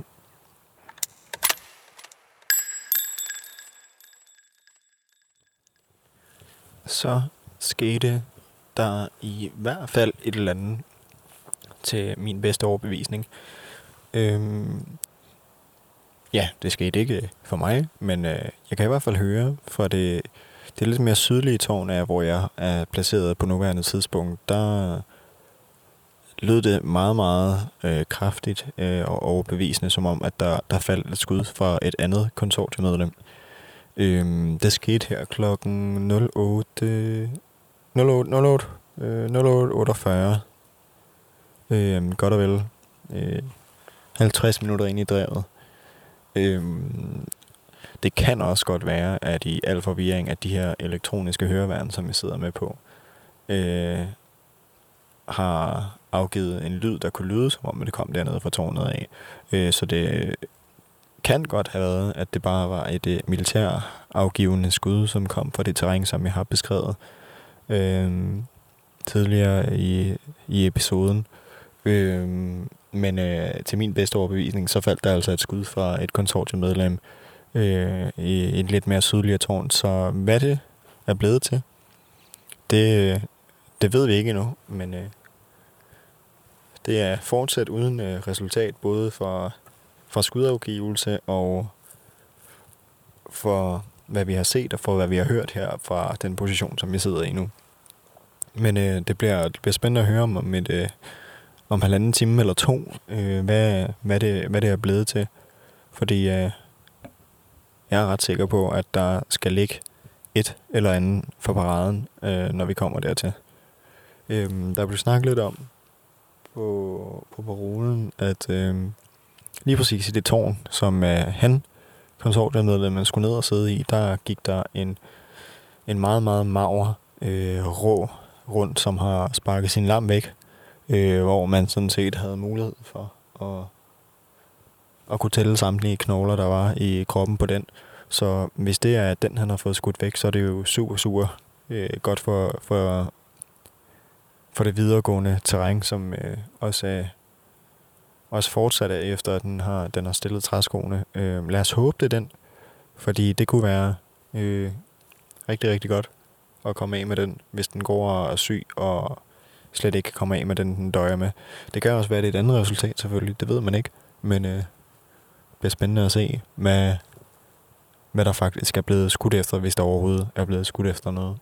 Så skete der i hvert fald et eller andet til min bedste overbevisning. Øhm, ja, det skete ikke for mig, men øh, jeg kan i hvert fald høre fra det, det lidt mere sydlige tårn af, hvor jeg er placeret på nuværende tidspunkt, der lød det meget, meget øh, kraftigt øh, og overbevisende, som om, at der, der faldt et skud fra et andet konsortiemedlem. Øhm, det skete her klokken nul otte otteogfyrre. Øhm, godt og vel øh, halvtreds minutter ind i drevet. Øhm, det kan også godt være, at i al forvirring, at de her elektroniske høreværn, som vi sidder med på, øh, har afgivet en lyd, der kunne lyde, som om det kom dernede fra tårnet af. Øh, så det kan godt have været, at det bare var et uh, militær afgivende skud, som kom fra det terræn, som jeg har beskrevet øh, tidligere i, i episoden. Øh, men øh, til min bedste overbevisning, så faldt der altså et skud fra et konsortiemedlem øh, i et lidt mere sydligere tårn. Så hvad det er blevet til, det, det ved vi ikke endnu, men øh, det er fortsat uden øh, resultat, både for fra skudafgivelse og for hvad vi har set, og for hvad vi har hørt her fra den position, som vi sidder i nu. Men øh, det, bliver, det bliver spændende at høre om, om, et, øh, om halvanden time eller to, øh, hvad, hvad, det, hvad det er blevet til. Fordi øh, jeg er ret sikker på, at der skal ligge et eller andet for paraden, øh, når vi kommer dertil. Øh, der blev snakket lidt om på, på parolen, at øh, lige præcis i det tårn, som øh, han, konsortiemedlem, man skulle ned og sidde i, der gik der en, en meget, meget mager øh, rå rundt, som har sparket sin lam væk, øh, hvor man sådan set havde mulighed for at, at kunne tælle samtlige knogler, der var i kroppen på den. Så hvis det er den, han har fået skudt væk, så er det jo super, super øh, godt for, for, for det videregående terræn, som øh, også er også fortsat af, efter at den har, den har stillet træskoene. Øh, lad os håbe, det er den, fordi det kunne være øh, rigtig, rigtig godt at komme af med den, hvis den går og er syg og slet ikke kan komme af med den, den døjer med. Det kan også være, det er et andet resultat, selvfølgelig. Det ved man ikke. Men øh, det bliver spændende at se, hvad, hvad der faktisk er blevet skudt efter, hvis der overhovedet er blevet skudt efter noget.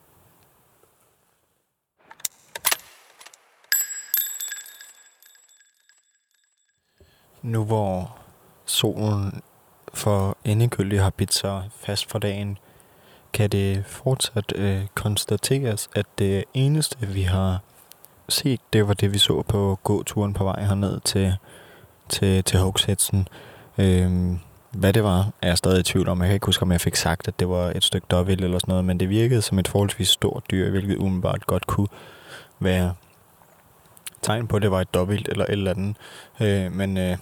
Nu hvor solen for endegyldigt har bidt sig fast for dagen, kan det fortsat øh, konstateres, at det eneste, vi har set, det var det, vi så på gåturen på vej herned til, til, til Hogsheadsen. Øhm, hvad det var, er jeg stadig i tvivl om. Jeg kan ikke huske, om jeg fik sagt, at det var et stykke dårvild eller sådan noget, men det virkede som et forholdsvis stort dyr, hvilket umiddelbart godt kunne være tegn på, at det var et dårvildt eller et eller andet. Øh, men øh,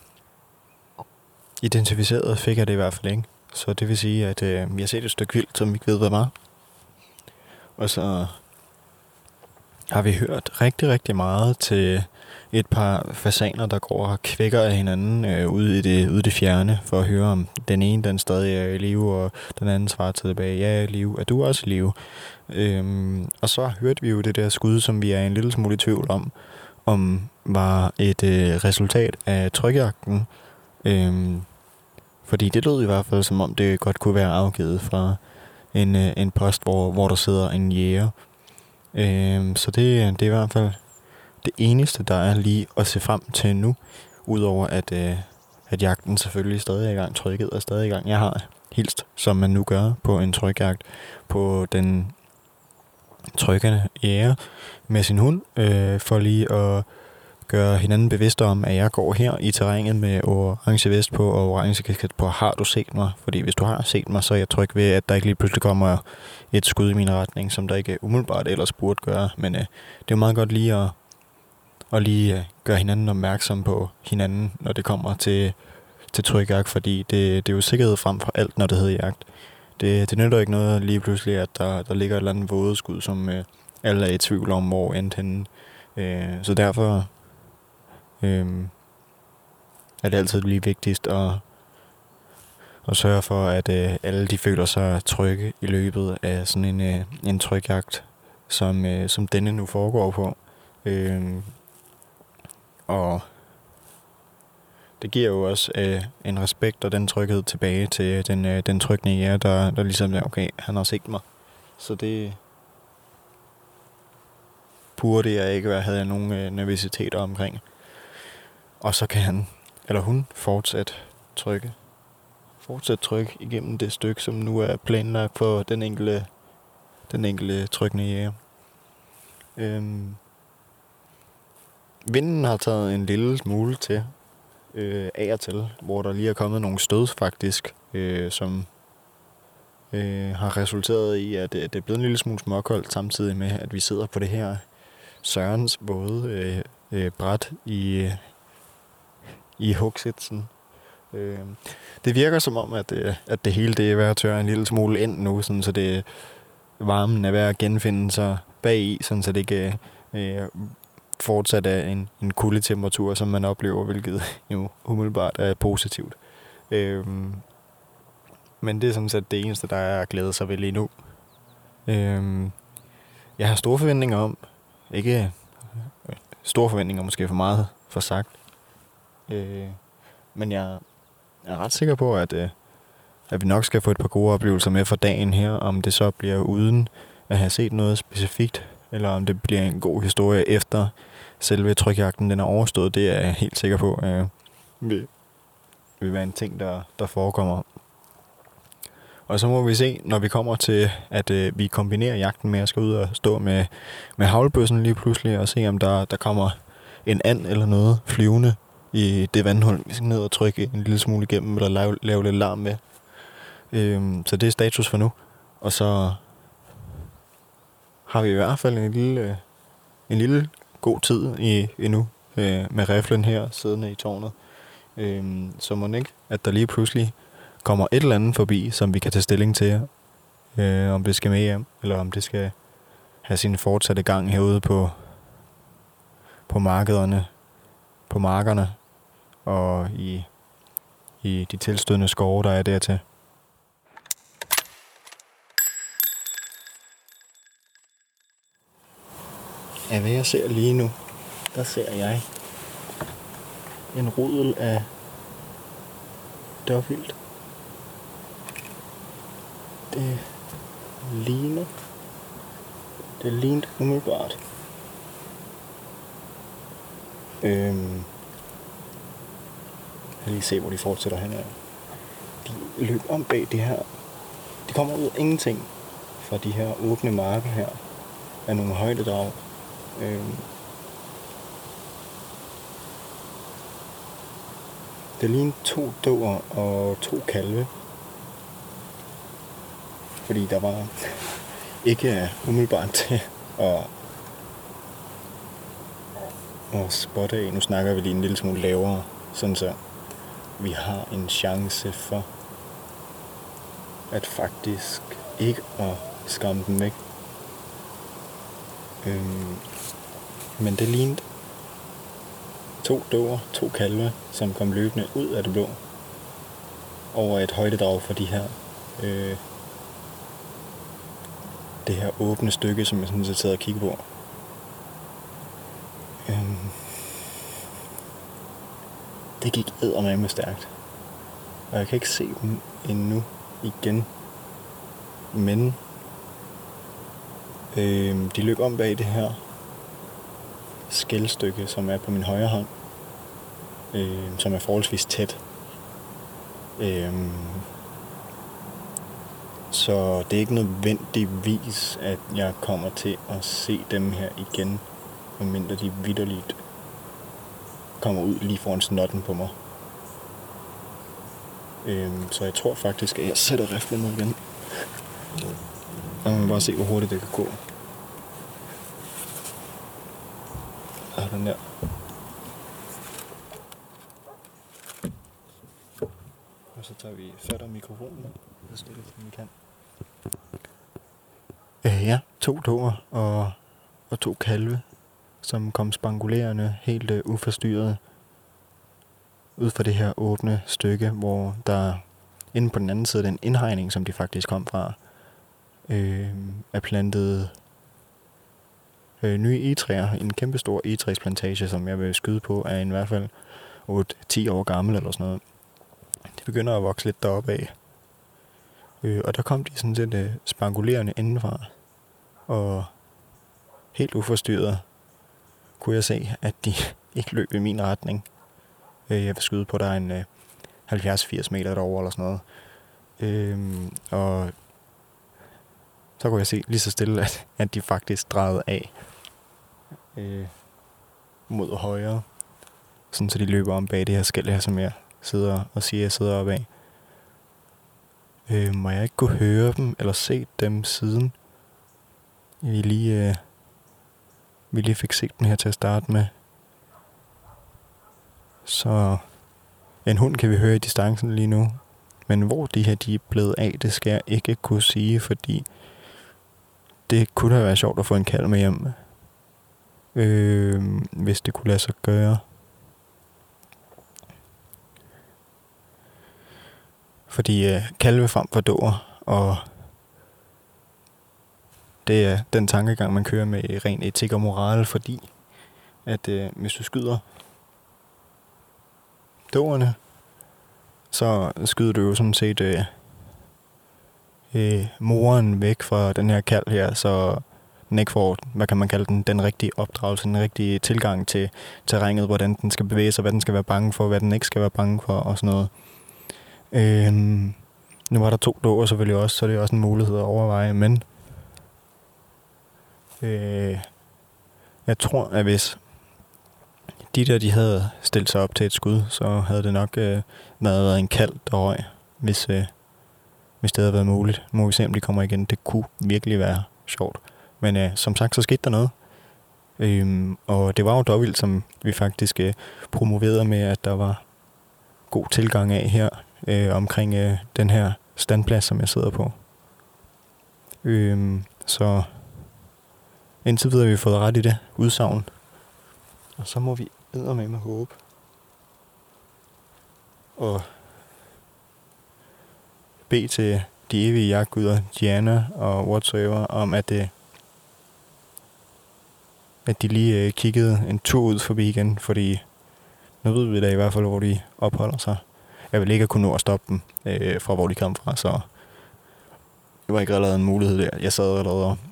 identificeret fik jeg det i hvert fald ikke. Så det vil sige, at øh, vi har set et stykke vildt, som vi ikke ved, hvad var. Og så har vi hørt rigtig, rigtig meget til et par fasaner, der går og kvækker af hinanden øh, ude, i det, ude i det fjerne, for at høre, om den ene den stadig er i live, og den anden svarer tilbage, ja, jeg er i live, er du også i live? Øhm, og så hørte vi jo det der skud, som vi er en lille smule i tvivl om, om var et øh, resultat af trykjagten. Øhm, fordi det lød i hvert fald, som om det godt kunne være afgivet fra en, øh, en post, hvor, hvor der sidder en jæger. Øhm, så det, det er i hvert fald det eneste, der er lige at se frem til nu, udover at, øh, at jagten selvfølgelig stadig er i gang, trykket er stadig i gang. Jeg har hilst, som man nu gør på en trykjagt, på den trykkende jæger med sin hund, øh, for lige at gøre hinanden bevidste om, at jeg går her i terrænet med orange vest på og orange kasket på. Har du set mig? Fordi hvis du har set mig, så er jeg tryg ved, at der ikke lige pludselig kommer et skud i min retning, som der ikke umiddelbart ellers burde gøre. Men øh, det er meget godt lige at, at lige øh, gøre hinanden opmærksom på hinanden, når det kommer til, til trykjagt, fordi det, det er jo sikkerhed frem for alt, når det hedder jagt. Det, det nytter ikke noget lige pludselig, at der, der ligger et eller andet vådeskud, som øh, alle er i tvivl om, hvor endte henne. Øh, så derfor øh, er det altid lige vigtigst at, at sørge for, at øh, alle de føler sig trygge i løbet af sådan en, øh, en trykjagt, som, øh, som denne nu foregår på. Øh, og det giver jo også øh, en respekt og den tryghed tilbage til den, øh, den trykkende jæger, der, der ligesom er, okay, han har set mig. Så det burde jeg ikke være, havde jeg nogen øh, nervøsiteter omkring. Og så kan han, eller hun, fortsat trykke. Fortsat trykke igennem det stykke, som nu er planlagt for den enkelte, den enkelte trykkende jæger. Øhm. Vinden har taget en lille smule til, øh, af og til, hvor der lige er kommet nogle stød faktisk, øh, som øh, har resulteret i, at det er blevet en lille smule småkoldt, samtidig med, at vi sidder på det her Sørens våde øh, øh, bræt i, i Hogsheadsen. Øh, det virker som om, at, øh, at det hele det er ved at tørre en lille smule ind nu, sådan, så det varmen er ved at genfinde sig bag i, sådan, så det ikke øh, fortsat er en, en kuldetemperatur, som man oplever, hvilket jo umiddelbart er positivt. Øhm, men det er sådan set det eneste, der er at glæde sig ved lige nu. Øhm, jeg har store forventninger om, ikke øh, store forventninger måske for meget for sagt, øh, men jeg er ret sikker på, at, øh, at vi nok skal få et par gode oplevelser med for dagen her, om det så bliver uden at have set noget specifikt, eller om det bliver en god historie efter selve trykjagten den er overstået. Det er jeg helt sikker på, øh, vil, vil være en ting, der, der forekommer. Og så må vi se, når vi kommer til, at øh, vi kombinerer jagten med at skal ud og stå med, med haglbøssen lige pludselig, og se, om der, der kommer en and eller noget flyvende i det vandhul, vi skal ned og trykke en lille smule igennem, eller lave, lave lidt larm med. Øhm, så det er status for nu. Og så har vi i hvert fald en lille, en lille god tid i, endnu øh, med riflen her, siddende i tårnet. Øhm, så må ikke, at der lige pludselig kommer et eller andet forbi, som vi kan tage stilling til, øh, om det skal med hjem, eller om det skal have sin fortsatte gang herude på, på markederne, på markerne, og i, i de tilstødende skove, der er dertil. Ja, hvad jeg ser lige nu, der ser jeg en rudel af dørvildt. Det ligner, det ligner umiddelbart. Øhm, jeg kan lige se, hvor de fortsætter hen her. De løber om bag det her. De kommer ud af ingenting fra de her åbne marker her af nogle højdedrag. Øhm, det ligner to dåer og to kalve. Fordi der var ikke umiddelbart til at, at spotte af. Nu snakker vi lige en lille smule lavere, sådan så vi har en chance for at faktisk ikke at skræmme dem væk. Øhm, men det lignede to dåer, to kalve, som kom løbende ud af det blå over et højdedrag for de her øh, det her åbne stykke, som jeg sådan set sidder og kigger på. Øhm, det gik eddermame stærkt. Og jeg kan ikke se dem endnu igen. Men øhm, de løb om bag det her skælstykke, som er på min højre hånd. Øhm, som er forholdsvis tæt. Øhm, Så det er ikke nødvendigvis, at jeg kommer til at se dem her igen, medmindre de vitterligt kommer ud lige foran snotten på mig. Øhm, så jeg tror faktisk, at jeg sætter riflen ned igen. Og man må bare se, hvor hurtigt det kan gå. Og den der. Og så tager vi fat om mikrofonen og stiller som vi kan. Øh, ja, to dåer og, og to kalve, som kom spangulerende helt øh, uforstyrret ud fra det her åbne stykke, hvor der inde på den anden side den indhegning, som de faktisk kom fra, øh, er plantet øh, nye egetræer. En kæmpe stor egetræsplantage, som jeg vil skyde på, er i hvert fald otte ti år gammel eller sådan noget. De begynder at vokse lidt deroppe af. Øh, og der kom de sådan set øh, spangulerende indenfra. Og helt uforstyrret kunne jeg se, at de ikke løb i min retning. Øh, jeg vil skyde på, der er en øh, halvfjerds til firs meter derovre eller sådan noget. Øh, og så kunne jeg se lige så stille, at, at de faktisk drejede af øh, mod højre. Sådan så de løber om bag det her skel her, som jeg sidder og siger, jeg sidder oppe af. Øh, må jeg ikke kunne høre dem eller se dem siden vi lige, øh, vi lige fik set dem her til at starte med. Så en hund kan vi høre i distancen lige nu. Men hvor de her de er blevet af, det skal jeg ikke kunne sige, fordi det kunne da være sjovt at få en kalv med hjem. Øh, hvis det kunne lade sig gøre. Fordi øh, kalve frem for dåer, og det er den tankegang, man kører med ren etik og moral, fordi at øh, hvis du skyder dåerne, så skyder du jo sådan set øh, øh, moren væk fra den her kalv her, så den ikke får, hvad kan man kalde den, den rigtige opdragelse, den rigtige tilgang til terrænet, hvordan den skal bevæge sig, hvad den skal være bange for, hvad den ikke skal være bange for og sådan noget. Øh, nu var der to dåer selvfølgelig også, så det er også en mulighed at overveje, men øh, jeg tror, at hvis de der, de havde stillet sig op til et skud, så havde det nok øh, været en kalv, der røg, hvis, øh, hvis det havde været muligt. Nu må vi se, om de kommer igen. Det kunne virkelig være sjovt. Men øh, som sagt, så skete der noget. Øhm, og det var jo dårvildt, som vi faktisk øh, promoverede med, at der var god tilgang af her øh, omkring øh, den her standplads, som jeg sidder på. Øhm, så indtil videre har vi fået ret i det udsagn. Og så må vi eddermame med håbe. Og bede til de evige jagtguder, Diana og whatsoever, om at, det, at de lige øh, kiggede en tur ud forbi igen, fordi nu ved vi da i hvert fald, hvor de opholder sig. Jeg vil ikke kunne nå at stoppe dem øh, fra, hvor de kom fra, så det var ikke allerede en mulighed der. Jeg sad allerede og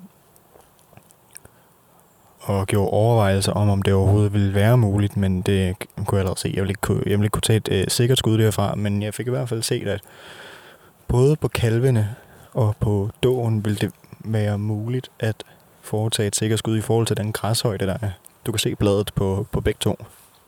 og gjorde overvejelser om, om det overhovedet ville være muligt, men det kunne jeg allerede se. Jeg ville ikke kunne, jeg ville ikke kunne tage et øh, sikkert skud derfra, men jeg fik i hvert fald set, at både på kalvene og på dåen ville det være muligt at foretage et sikkert skud i forhold til den græshøjde, der er. Du kan se bladet på, på begge to.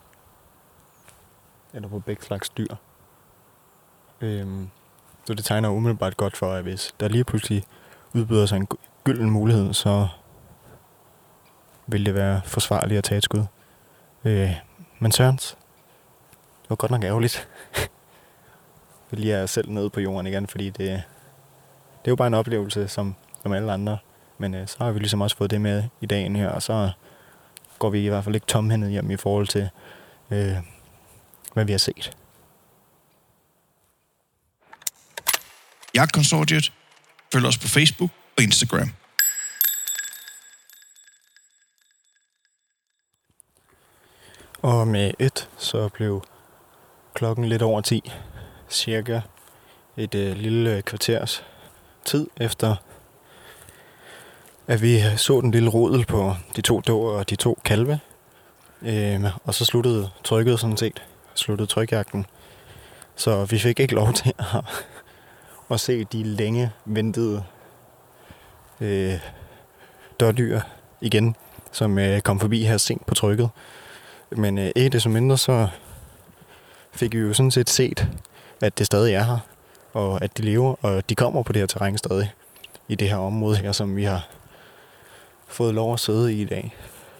Eller på begge slags dyr. Øhm, så det tegner umiddelbart godt for, at hvis der lige pludselig udbyder sig en gylden mulighed, så vil det være forsvarligt at tage et skud. Øh, men Sørens, det var godt nok ærgerligt. Jeg lige er selv nede på jorden igen, fordi det, det er jo bare en oplevelse som, som alle andre. Men øh, så har vi ligesom også fået det med i dagen her, og så går vi i hvert fald ikke tomhændet hjem i forhold til, øh, hvad vi har set.
Jagtkonsortiet. Følg os på Facebook og Instagram.
Og med et, så blev klokken lidt over ti. Cirka et øh, lille kvarters tid efter, at vi så den lille rodel på de to dåer og de to kalve. Øh, og så sluttede trykket sådan set. Sluttede trykjagten. Så vi fik ikke lov til at, at se de længe ventede øh, dårdyr igen, som øh, kom forbi her sent på trykket. Men øh, ikke desto mindre, så fik vi jo sådan set set, at det stadig er her, og at de lever, og de kommer på det her terræn stadig, i det her område her, som vi har fået lov at sidde i i dag.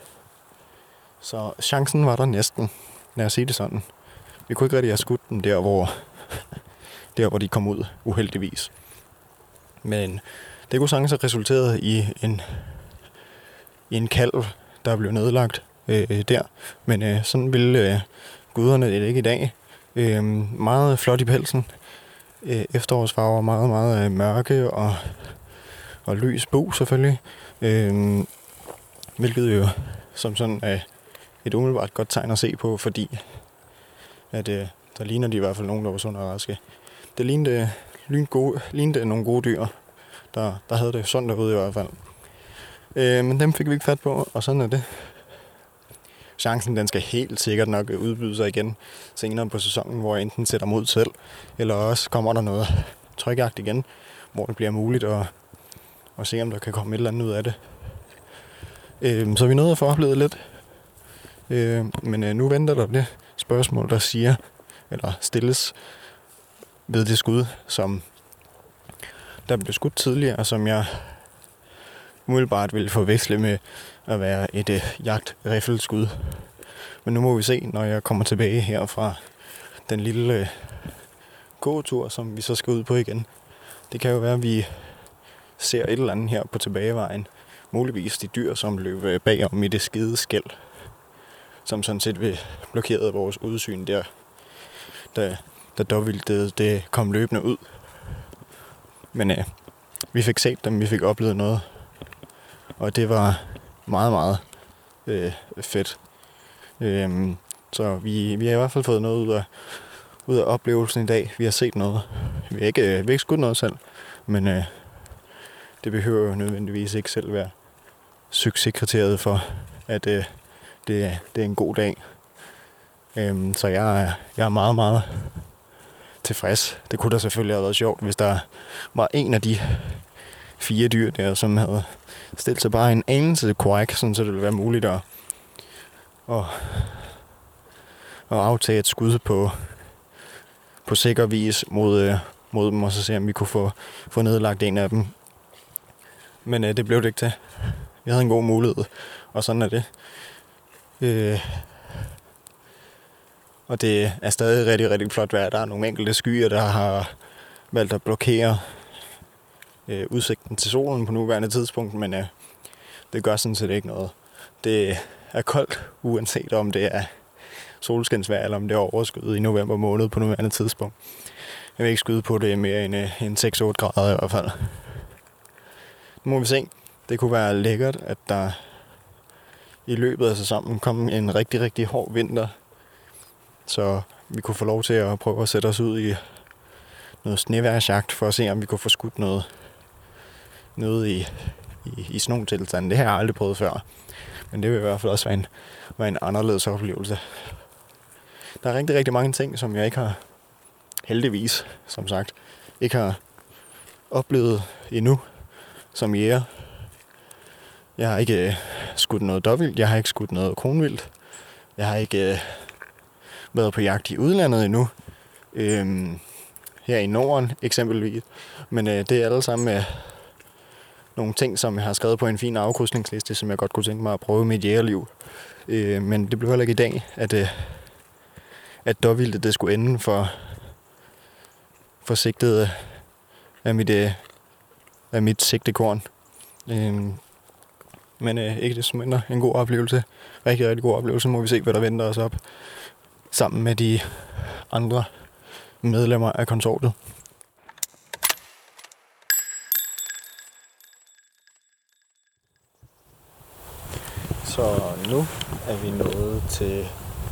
Så chancen var der næsten, lad os sige det sådan. Vi kunne ikke rigtig have skudt dem der, hvor, der, hvor de kom ud, uheldigvis. Men det kunne sagtens have resulteret i en, i en kalv, der blev nedlagt øh, der. Men øh, sådan ville øh, guderne det ikke i dag. Øh, meget flot i pelsen. Øh, efterårsfarver, meget, meget øh, mørke og, og lys bo selvfølgelig. Øh, hvilket jo som sådan er et umiddelbart godt tegn at se på, fordi at, øh, der ligner de i hvert fald nogen, der var sundt og raske. Det lignede, lignede, gode, lignede nogle gode dyr, der, der havde det sundt derude i hvert fald. Øh, men dem fik vi ikke fat på, og sådan er det. Chancen den skal helt sikkert nok udbyde sig igen senere på sæsonen, hvor jeg enten sætter mod selv, eller også kommer der noget trykjagt igen, hvor det bliver muligt at, at se, om der kan komme et eller andet ud af det. Øh, så vi nåede at få oplevet lidt. Øh, men øh, nu venter der det spørgsmål, der siger, eller stilles ved det skud, som der blev skudt tidligere, som jeg umiddelbart ville forveksle med at være et øh, jagtriffelskud. Men nu må vi se, når jeg kommer tilbage her fra den lille øh, gåtur, som vi så skal ud på igen. Det kan jo være, at vi ser et eller andet her på tilbagevejen. Muligvis de dyr, som løb øh, bagom i det skide skæld, som sådan set vil blokere vores udsyn der, da, da dårvildtet det kom løbende ud. Men øh, vi fik set dem, vi fik oplevet noget, og det var meget, meget øh, fedt. Øhm, så vi, vi har i hvert fald fået noget ud af, ud af oplevelsen i dag. Vi har set noget. Vi har ikke, vi har ikke skudt noget selv, men øh, det behøver jo nødvendigvis ikke selv være succeskriteriet for, at øh, det, er, det er en god dag. Øhm, så jeg er, jeg er meget, meget tilfreds. Det kunne da selvfølgelig have været sjovt, hvis der var en af de fire dyr der, som havde stillet sig bare en anelse korrekt, sådan så det ville være muligt at, at, at aftage et skud på, på sikker vis mod, mod dem, og så se, om vi kunne få, få nedlagt en af dem. Men øh, det blev det ikke til. Vi havde en god mulighed, og sådan er det. Øh, og det er stadig rigtig, rigtig flot vejr. Der er nogle enkelte skyer, der har valgt at blokere øh, udsigten til solen på nuværende tidspunkt, men øh, det gør sådan set ikke noget. Det er koldt, uanset om det er solskinsvejr, eller om det er overskyet i november måned på nuværende tidspunkt. Jeg vil ikke skyde på det mere end, øh, end seks otte grader i hvert fald. Nu må vi se. Det kunne være lækkert, at der i løbet af sæsonen kom en rigtig, rigtig hård vinter. Så vi kunne få lov til at prøve at sætte os ud i noget snevejrsjagt for at se, om vi kunne få skudt noget, noget i, i, i snotilstanden. Det har jeg aldrig prøvet før. Men det vil i hvert fald også være en, være en anderledes oplevelse. Der er rigtig, rigtig mange ting, som jeg ikke har, heldigvis, som sagt, ikke har oplevet endnu som jæger. Jeg har ikke øh, skudt noget dåvildt, jeg har ikke skudt noget kronvildt. Jeg har ikke øh, været på jagt i udlandet endnu. Øhm, her i Norden eksempelvis. Men øh, det er alle sammen øh, nogle ting, som jeg har skrevet på en fin afkrydsningsliste, som jeg godt kunne tænke mig at prøve i mit jægerliv. Øh, men det blev heller ikke i dag, at, øh, at dåvildet det skulle ende for, for sigtet af mit, øh, af mit sigtekorn. Øh, Men øh, ikke desto mindre en god oplevelse. Rigtig, rigtig god oplevelse. Må vi se, hvad der venter os op. Sammen med de andre medlemmer af konsortet. Så nu er vi nået til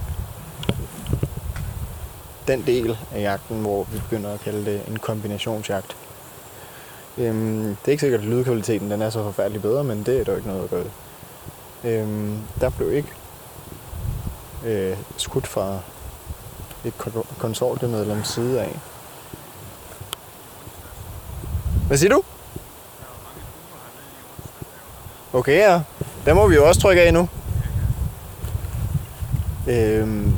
den del af jagten, hvor vi begynder at kalde det en kombinationsjagt. Øhm, det er ikke sikkert, at lydkvaliteten den er så forfærdelig bedre, men det er der ikke noget at gøre. Øhm, der blev ikke øh, skudt fra et konsortiemedlems side af. Hvad siger du? Okay, ja. Der må vi jo også trykke af nu. Øhm,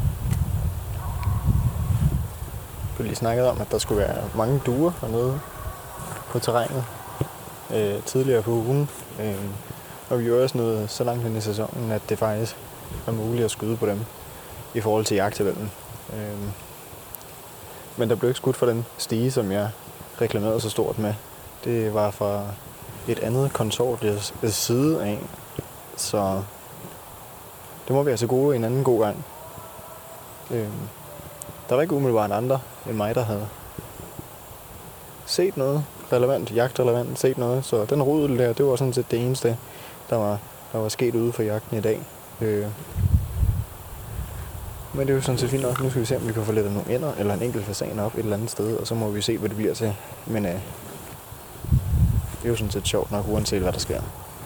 vi lige snakket om, at der skulle være mange duer hernede på terrænet øh, tidligere på ugen. Øh, og vi er også nået så langt ind i sæsonen, at det faktisk er muligt at skyde på dem i forhold til jagttabellen. Øh, men der blev ikke skudt for den stige, som jeg reklamerede så stort med. Det var fra et andet konsorties side af. Så det må være så gode en anden god gang. Øh, der var ikke umiddelbart andre end mig, der havde set noget relevant, jagtrelevant, set noget. Så den rudel der, det var sådan set det eneste, der var, der var sket ude for jagten i dag. Øh. Men det er jo sådan set fint nok. Nu skal vi se, om vi kan få lidt nogle ender eller en enkelt fasan op et eller andet sted, og så må vi se, hvad det bliver til. Men øh, det er jo sådan set sjovt nok, uanset hvad der sker.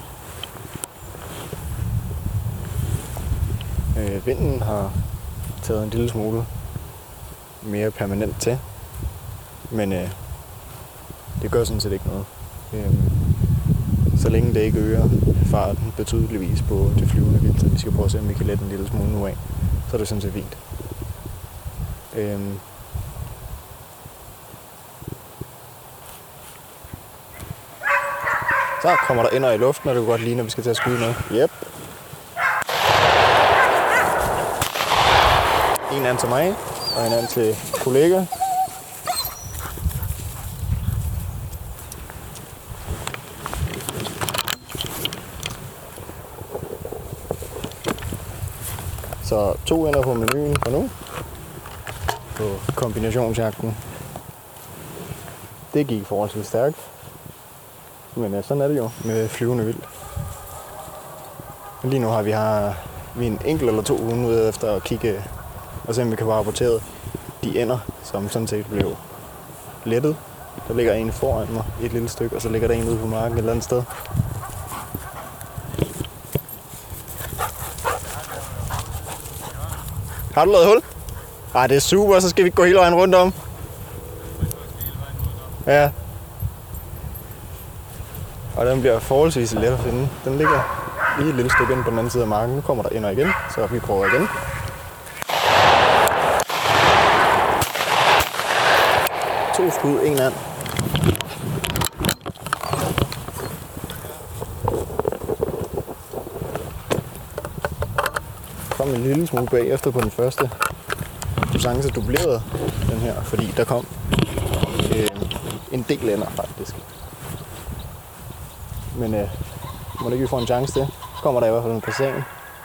Øh, vinden har taget en lille smule mere permanent til, men øh, det gør sådan set ikke noget. Øhm, så længe det ikke øger farten betydeligvis på det flyvende vildt, så vi skal prøve at se, om vi kan lette en lille smule nu af, så er det sådan set fint. Øhm, så kommer der ender i luften, og det kan godt ligne, når vi skal til at skyde noget. Yep. En anden til mig, og en anden til kollega. Så to ender på menuen for nu. På kombinationsjagten. Det gik forholdsvis stærkt. Men ja, sådan er det jo med flyvende vildt. Lige nu har vi, har vi en enkelt eller to hunde ude efter at kigge og se, om vi kan få rapporteret de ender, som sådan set blev lettet Der ligger en foran mig et lille stykke, og så ligger der en ude på marken et eller andet sted. Har du lavet hul? Ej, det er super, så skal vi ikke gå hele vejen rundt om. Ja. Og den bliver forholdsvis let at finde. Den ligger lige et lille stykke inde på den anden side af marken. Nu kommer der ind og igen, så vi prøver igen. To skud, en and. Kom en lille smule bagefter på den første. Chance dublerede den her, fordi der kom øh, en del ender faktisk. Men øh, må det ikke vi få en chance til, så kommer der i hvert fald en placering.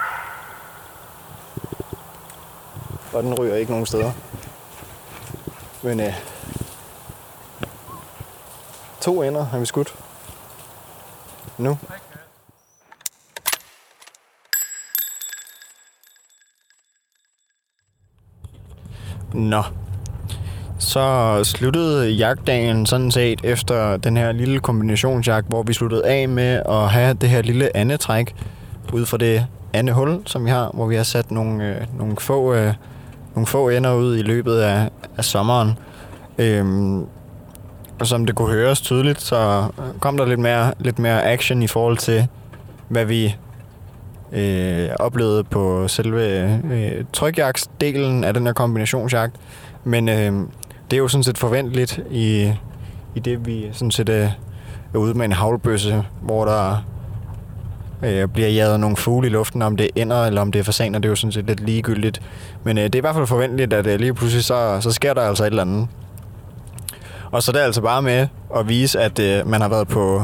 Og den ryger ikke nogen steder. Men øh, to ender har vi skudt. Nu. Nå. Så sluttede jagtdagen sådan set efter den her lille kombinationsjagt, hvor vi sluttede af med at have det her lille andetræk ud fra det andehul, som vi har, hvor vi har sat nogle, øh, nogle, få, øh, nogle få ender ud i løbet af, af sommeren. Øhm, og som det kunne høres tydeligt, så kom der lidt mere, lidt mere action i forhold til, hvad vi øh, oplevede på selve øh, trykjagtsdelen af den her kombinationsjagt. Men øh, det er jo sådan set forventeligt i, i det, vi sådan set øh, er ude med en haglbøsse, hvor der øh, bliver jaget nogle fugle i luften, om det ender eller om det er fasaner, det er jo sådan set lidt ligegyldigt. Men øh, det er i hvert fald forventeligt, at øh, lige pludselig så, så sker der altså et eller andet. Og så er det altså bare med at vise, at øh, man har været på,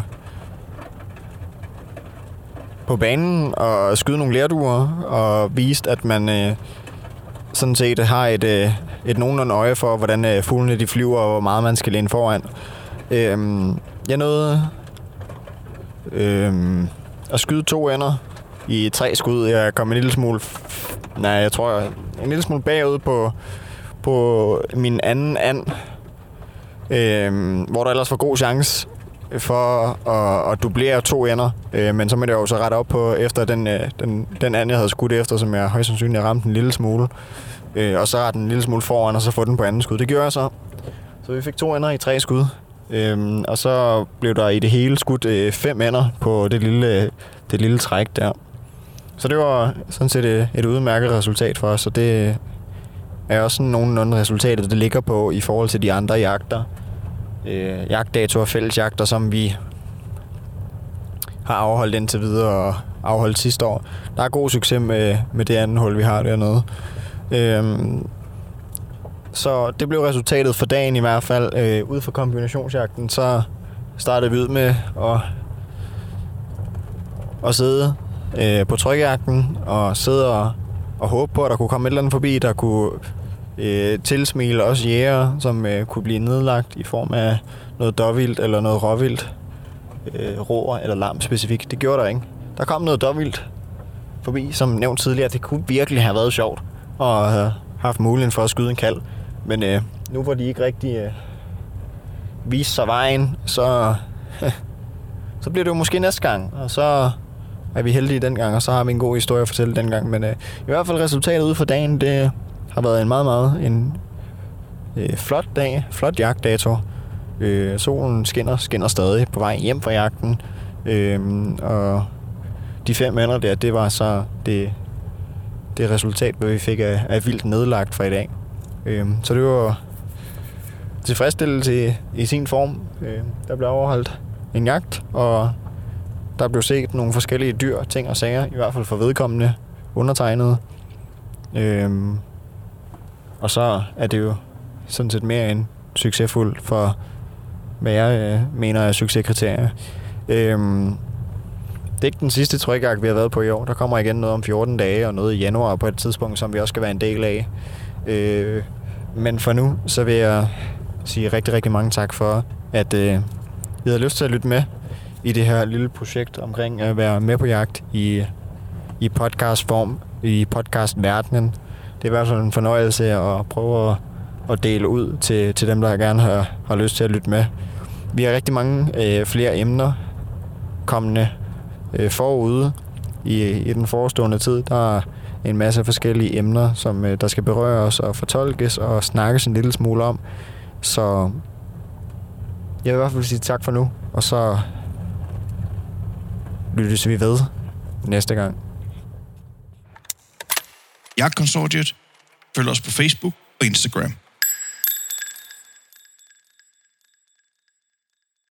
på banen og skyde nogle lerduer, og vist, at man øh, sådan set har et, øh, et nogenlunde øje for, hvordan øh, fuglene de flyver, og hvor meget man skal læne foran. Øh, jeg nåede øh, at skyde to ender i tre skud. Jeg kom en lille smule, nej, jeg tror, en lille smule bagud på, på min anden and, øh, hvor der ellers var god chance for at, at dublere to ender, øh, men så må jeg jo så rette op på efter den, øh, den, den anden, jeg havde skudt efter, som jeg højst sandsynligt ramte en lille smule, øh, og så rette en lille smule foran, og så få den på anden skud. Det gjorde jeg så. Så vi fik to ender i tre skud, øh, og så blev der i det hele skudt øh, fem ender på det lille, det lille træk der. Så det var sådan set et, et udmærket resultat for os, og det er også sådan nogenlunde resultatet, det ligger på i forhold til de andre jagter. Øh, jagtdatoer og fællesjagter, som vi har afholdt indtil videre og afholdt sidste år. Der er god succes med, med det andet hul, vi har dernede. Øhm, så det blev resultatet for dagen i hvert fald. Øh, ud fra kombinationsjagten, så startede vi ud med at, at sidde øh, på trykjagten og sidde og, og håbe på, at der kunne komme et eller andet forbi, der kunne Øh, tilsmile også jæger, som øh, kunne blive nedlagt i form af noget dåvildt eller noget råvildt, øh, råer eller lam specifikt. Det gjorde der ikke. Der kom noget dåvildt forbi, som nævnt tidligere. Det kunne virkelig have været sjovt at have haft muligheden for at skyde en kalv. Men øh, nu hvor de ikke rigtig øh, viste sig vejen, så, øh, så bliver det jo måske næste gang. Og så er vi heldige den gang, og så har vi en god historie at fortælle den gang. Men øh, i hvert fald resultatet ud for dagen, det har været en meget, meget en øh, flot dag, flot jagtdato. Øh, solen skinner, skinner stadig på vej hjem fra jagten. Øh, og de fem ender der, det var så det, det resultat, hvor vi fik af, af vildt nedlagt fra i dag. Øh, så det var tilfredsstillelse i, i sin form. Øh, der blev overholdt en jagt, og der blev set nogle forskellige dyr, ting og sager, i hvert fald for vedkommende undertegnede. Øh, Og så er det jo sådan set mere end succesfuld for, hvad jeg øh, mener er succeskriterier. Øhm, det er ikke den sidste trykjagt, vi har været på i år. Der kommer igen noget om fjorten dage og noget i januar på et tidspunkt, som vi også skal være en del af. Øh, men for nu, så vil jeg sige rigtig, rigtig mange tak for, at øh, I havde lyst til at lytte med i det her lille projekt omkring at være med på jagt i, i podcastform, i podcastverdenen. Det er i hvert fald en fornøjelse at prøve at, at dele ud til, til dem, der gerne har, har lyst til at lytte med. Vi har rigtig mange øh, flere emner kommende øh, forude i, i den forestående tid. Der er en masse forskellige emner, som øh, der skal berøres og fortolkes og snakkes en lille smule om. Så jeg vil i hvert fald sige tak for nu, og så lyttes vi ved næste gang.
Jagtkonsortiet. Følg os på Facebook og Instagram.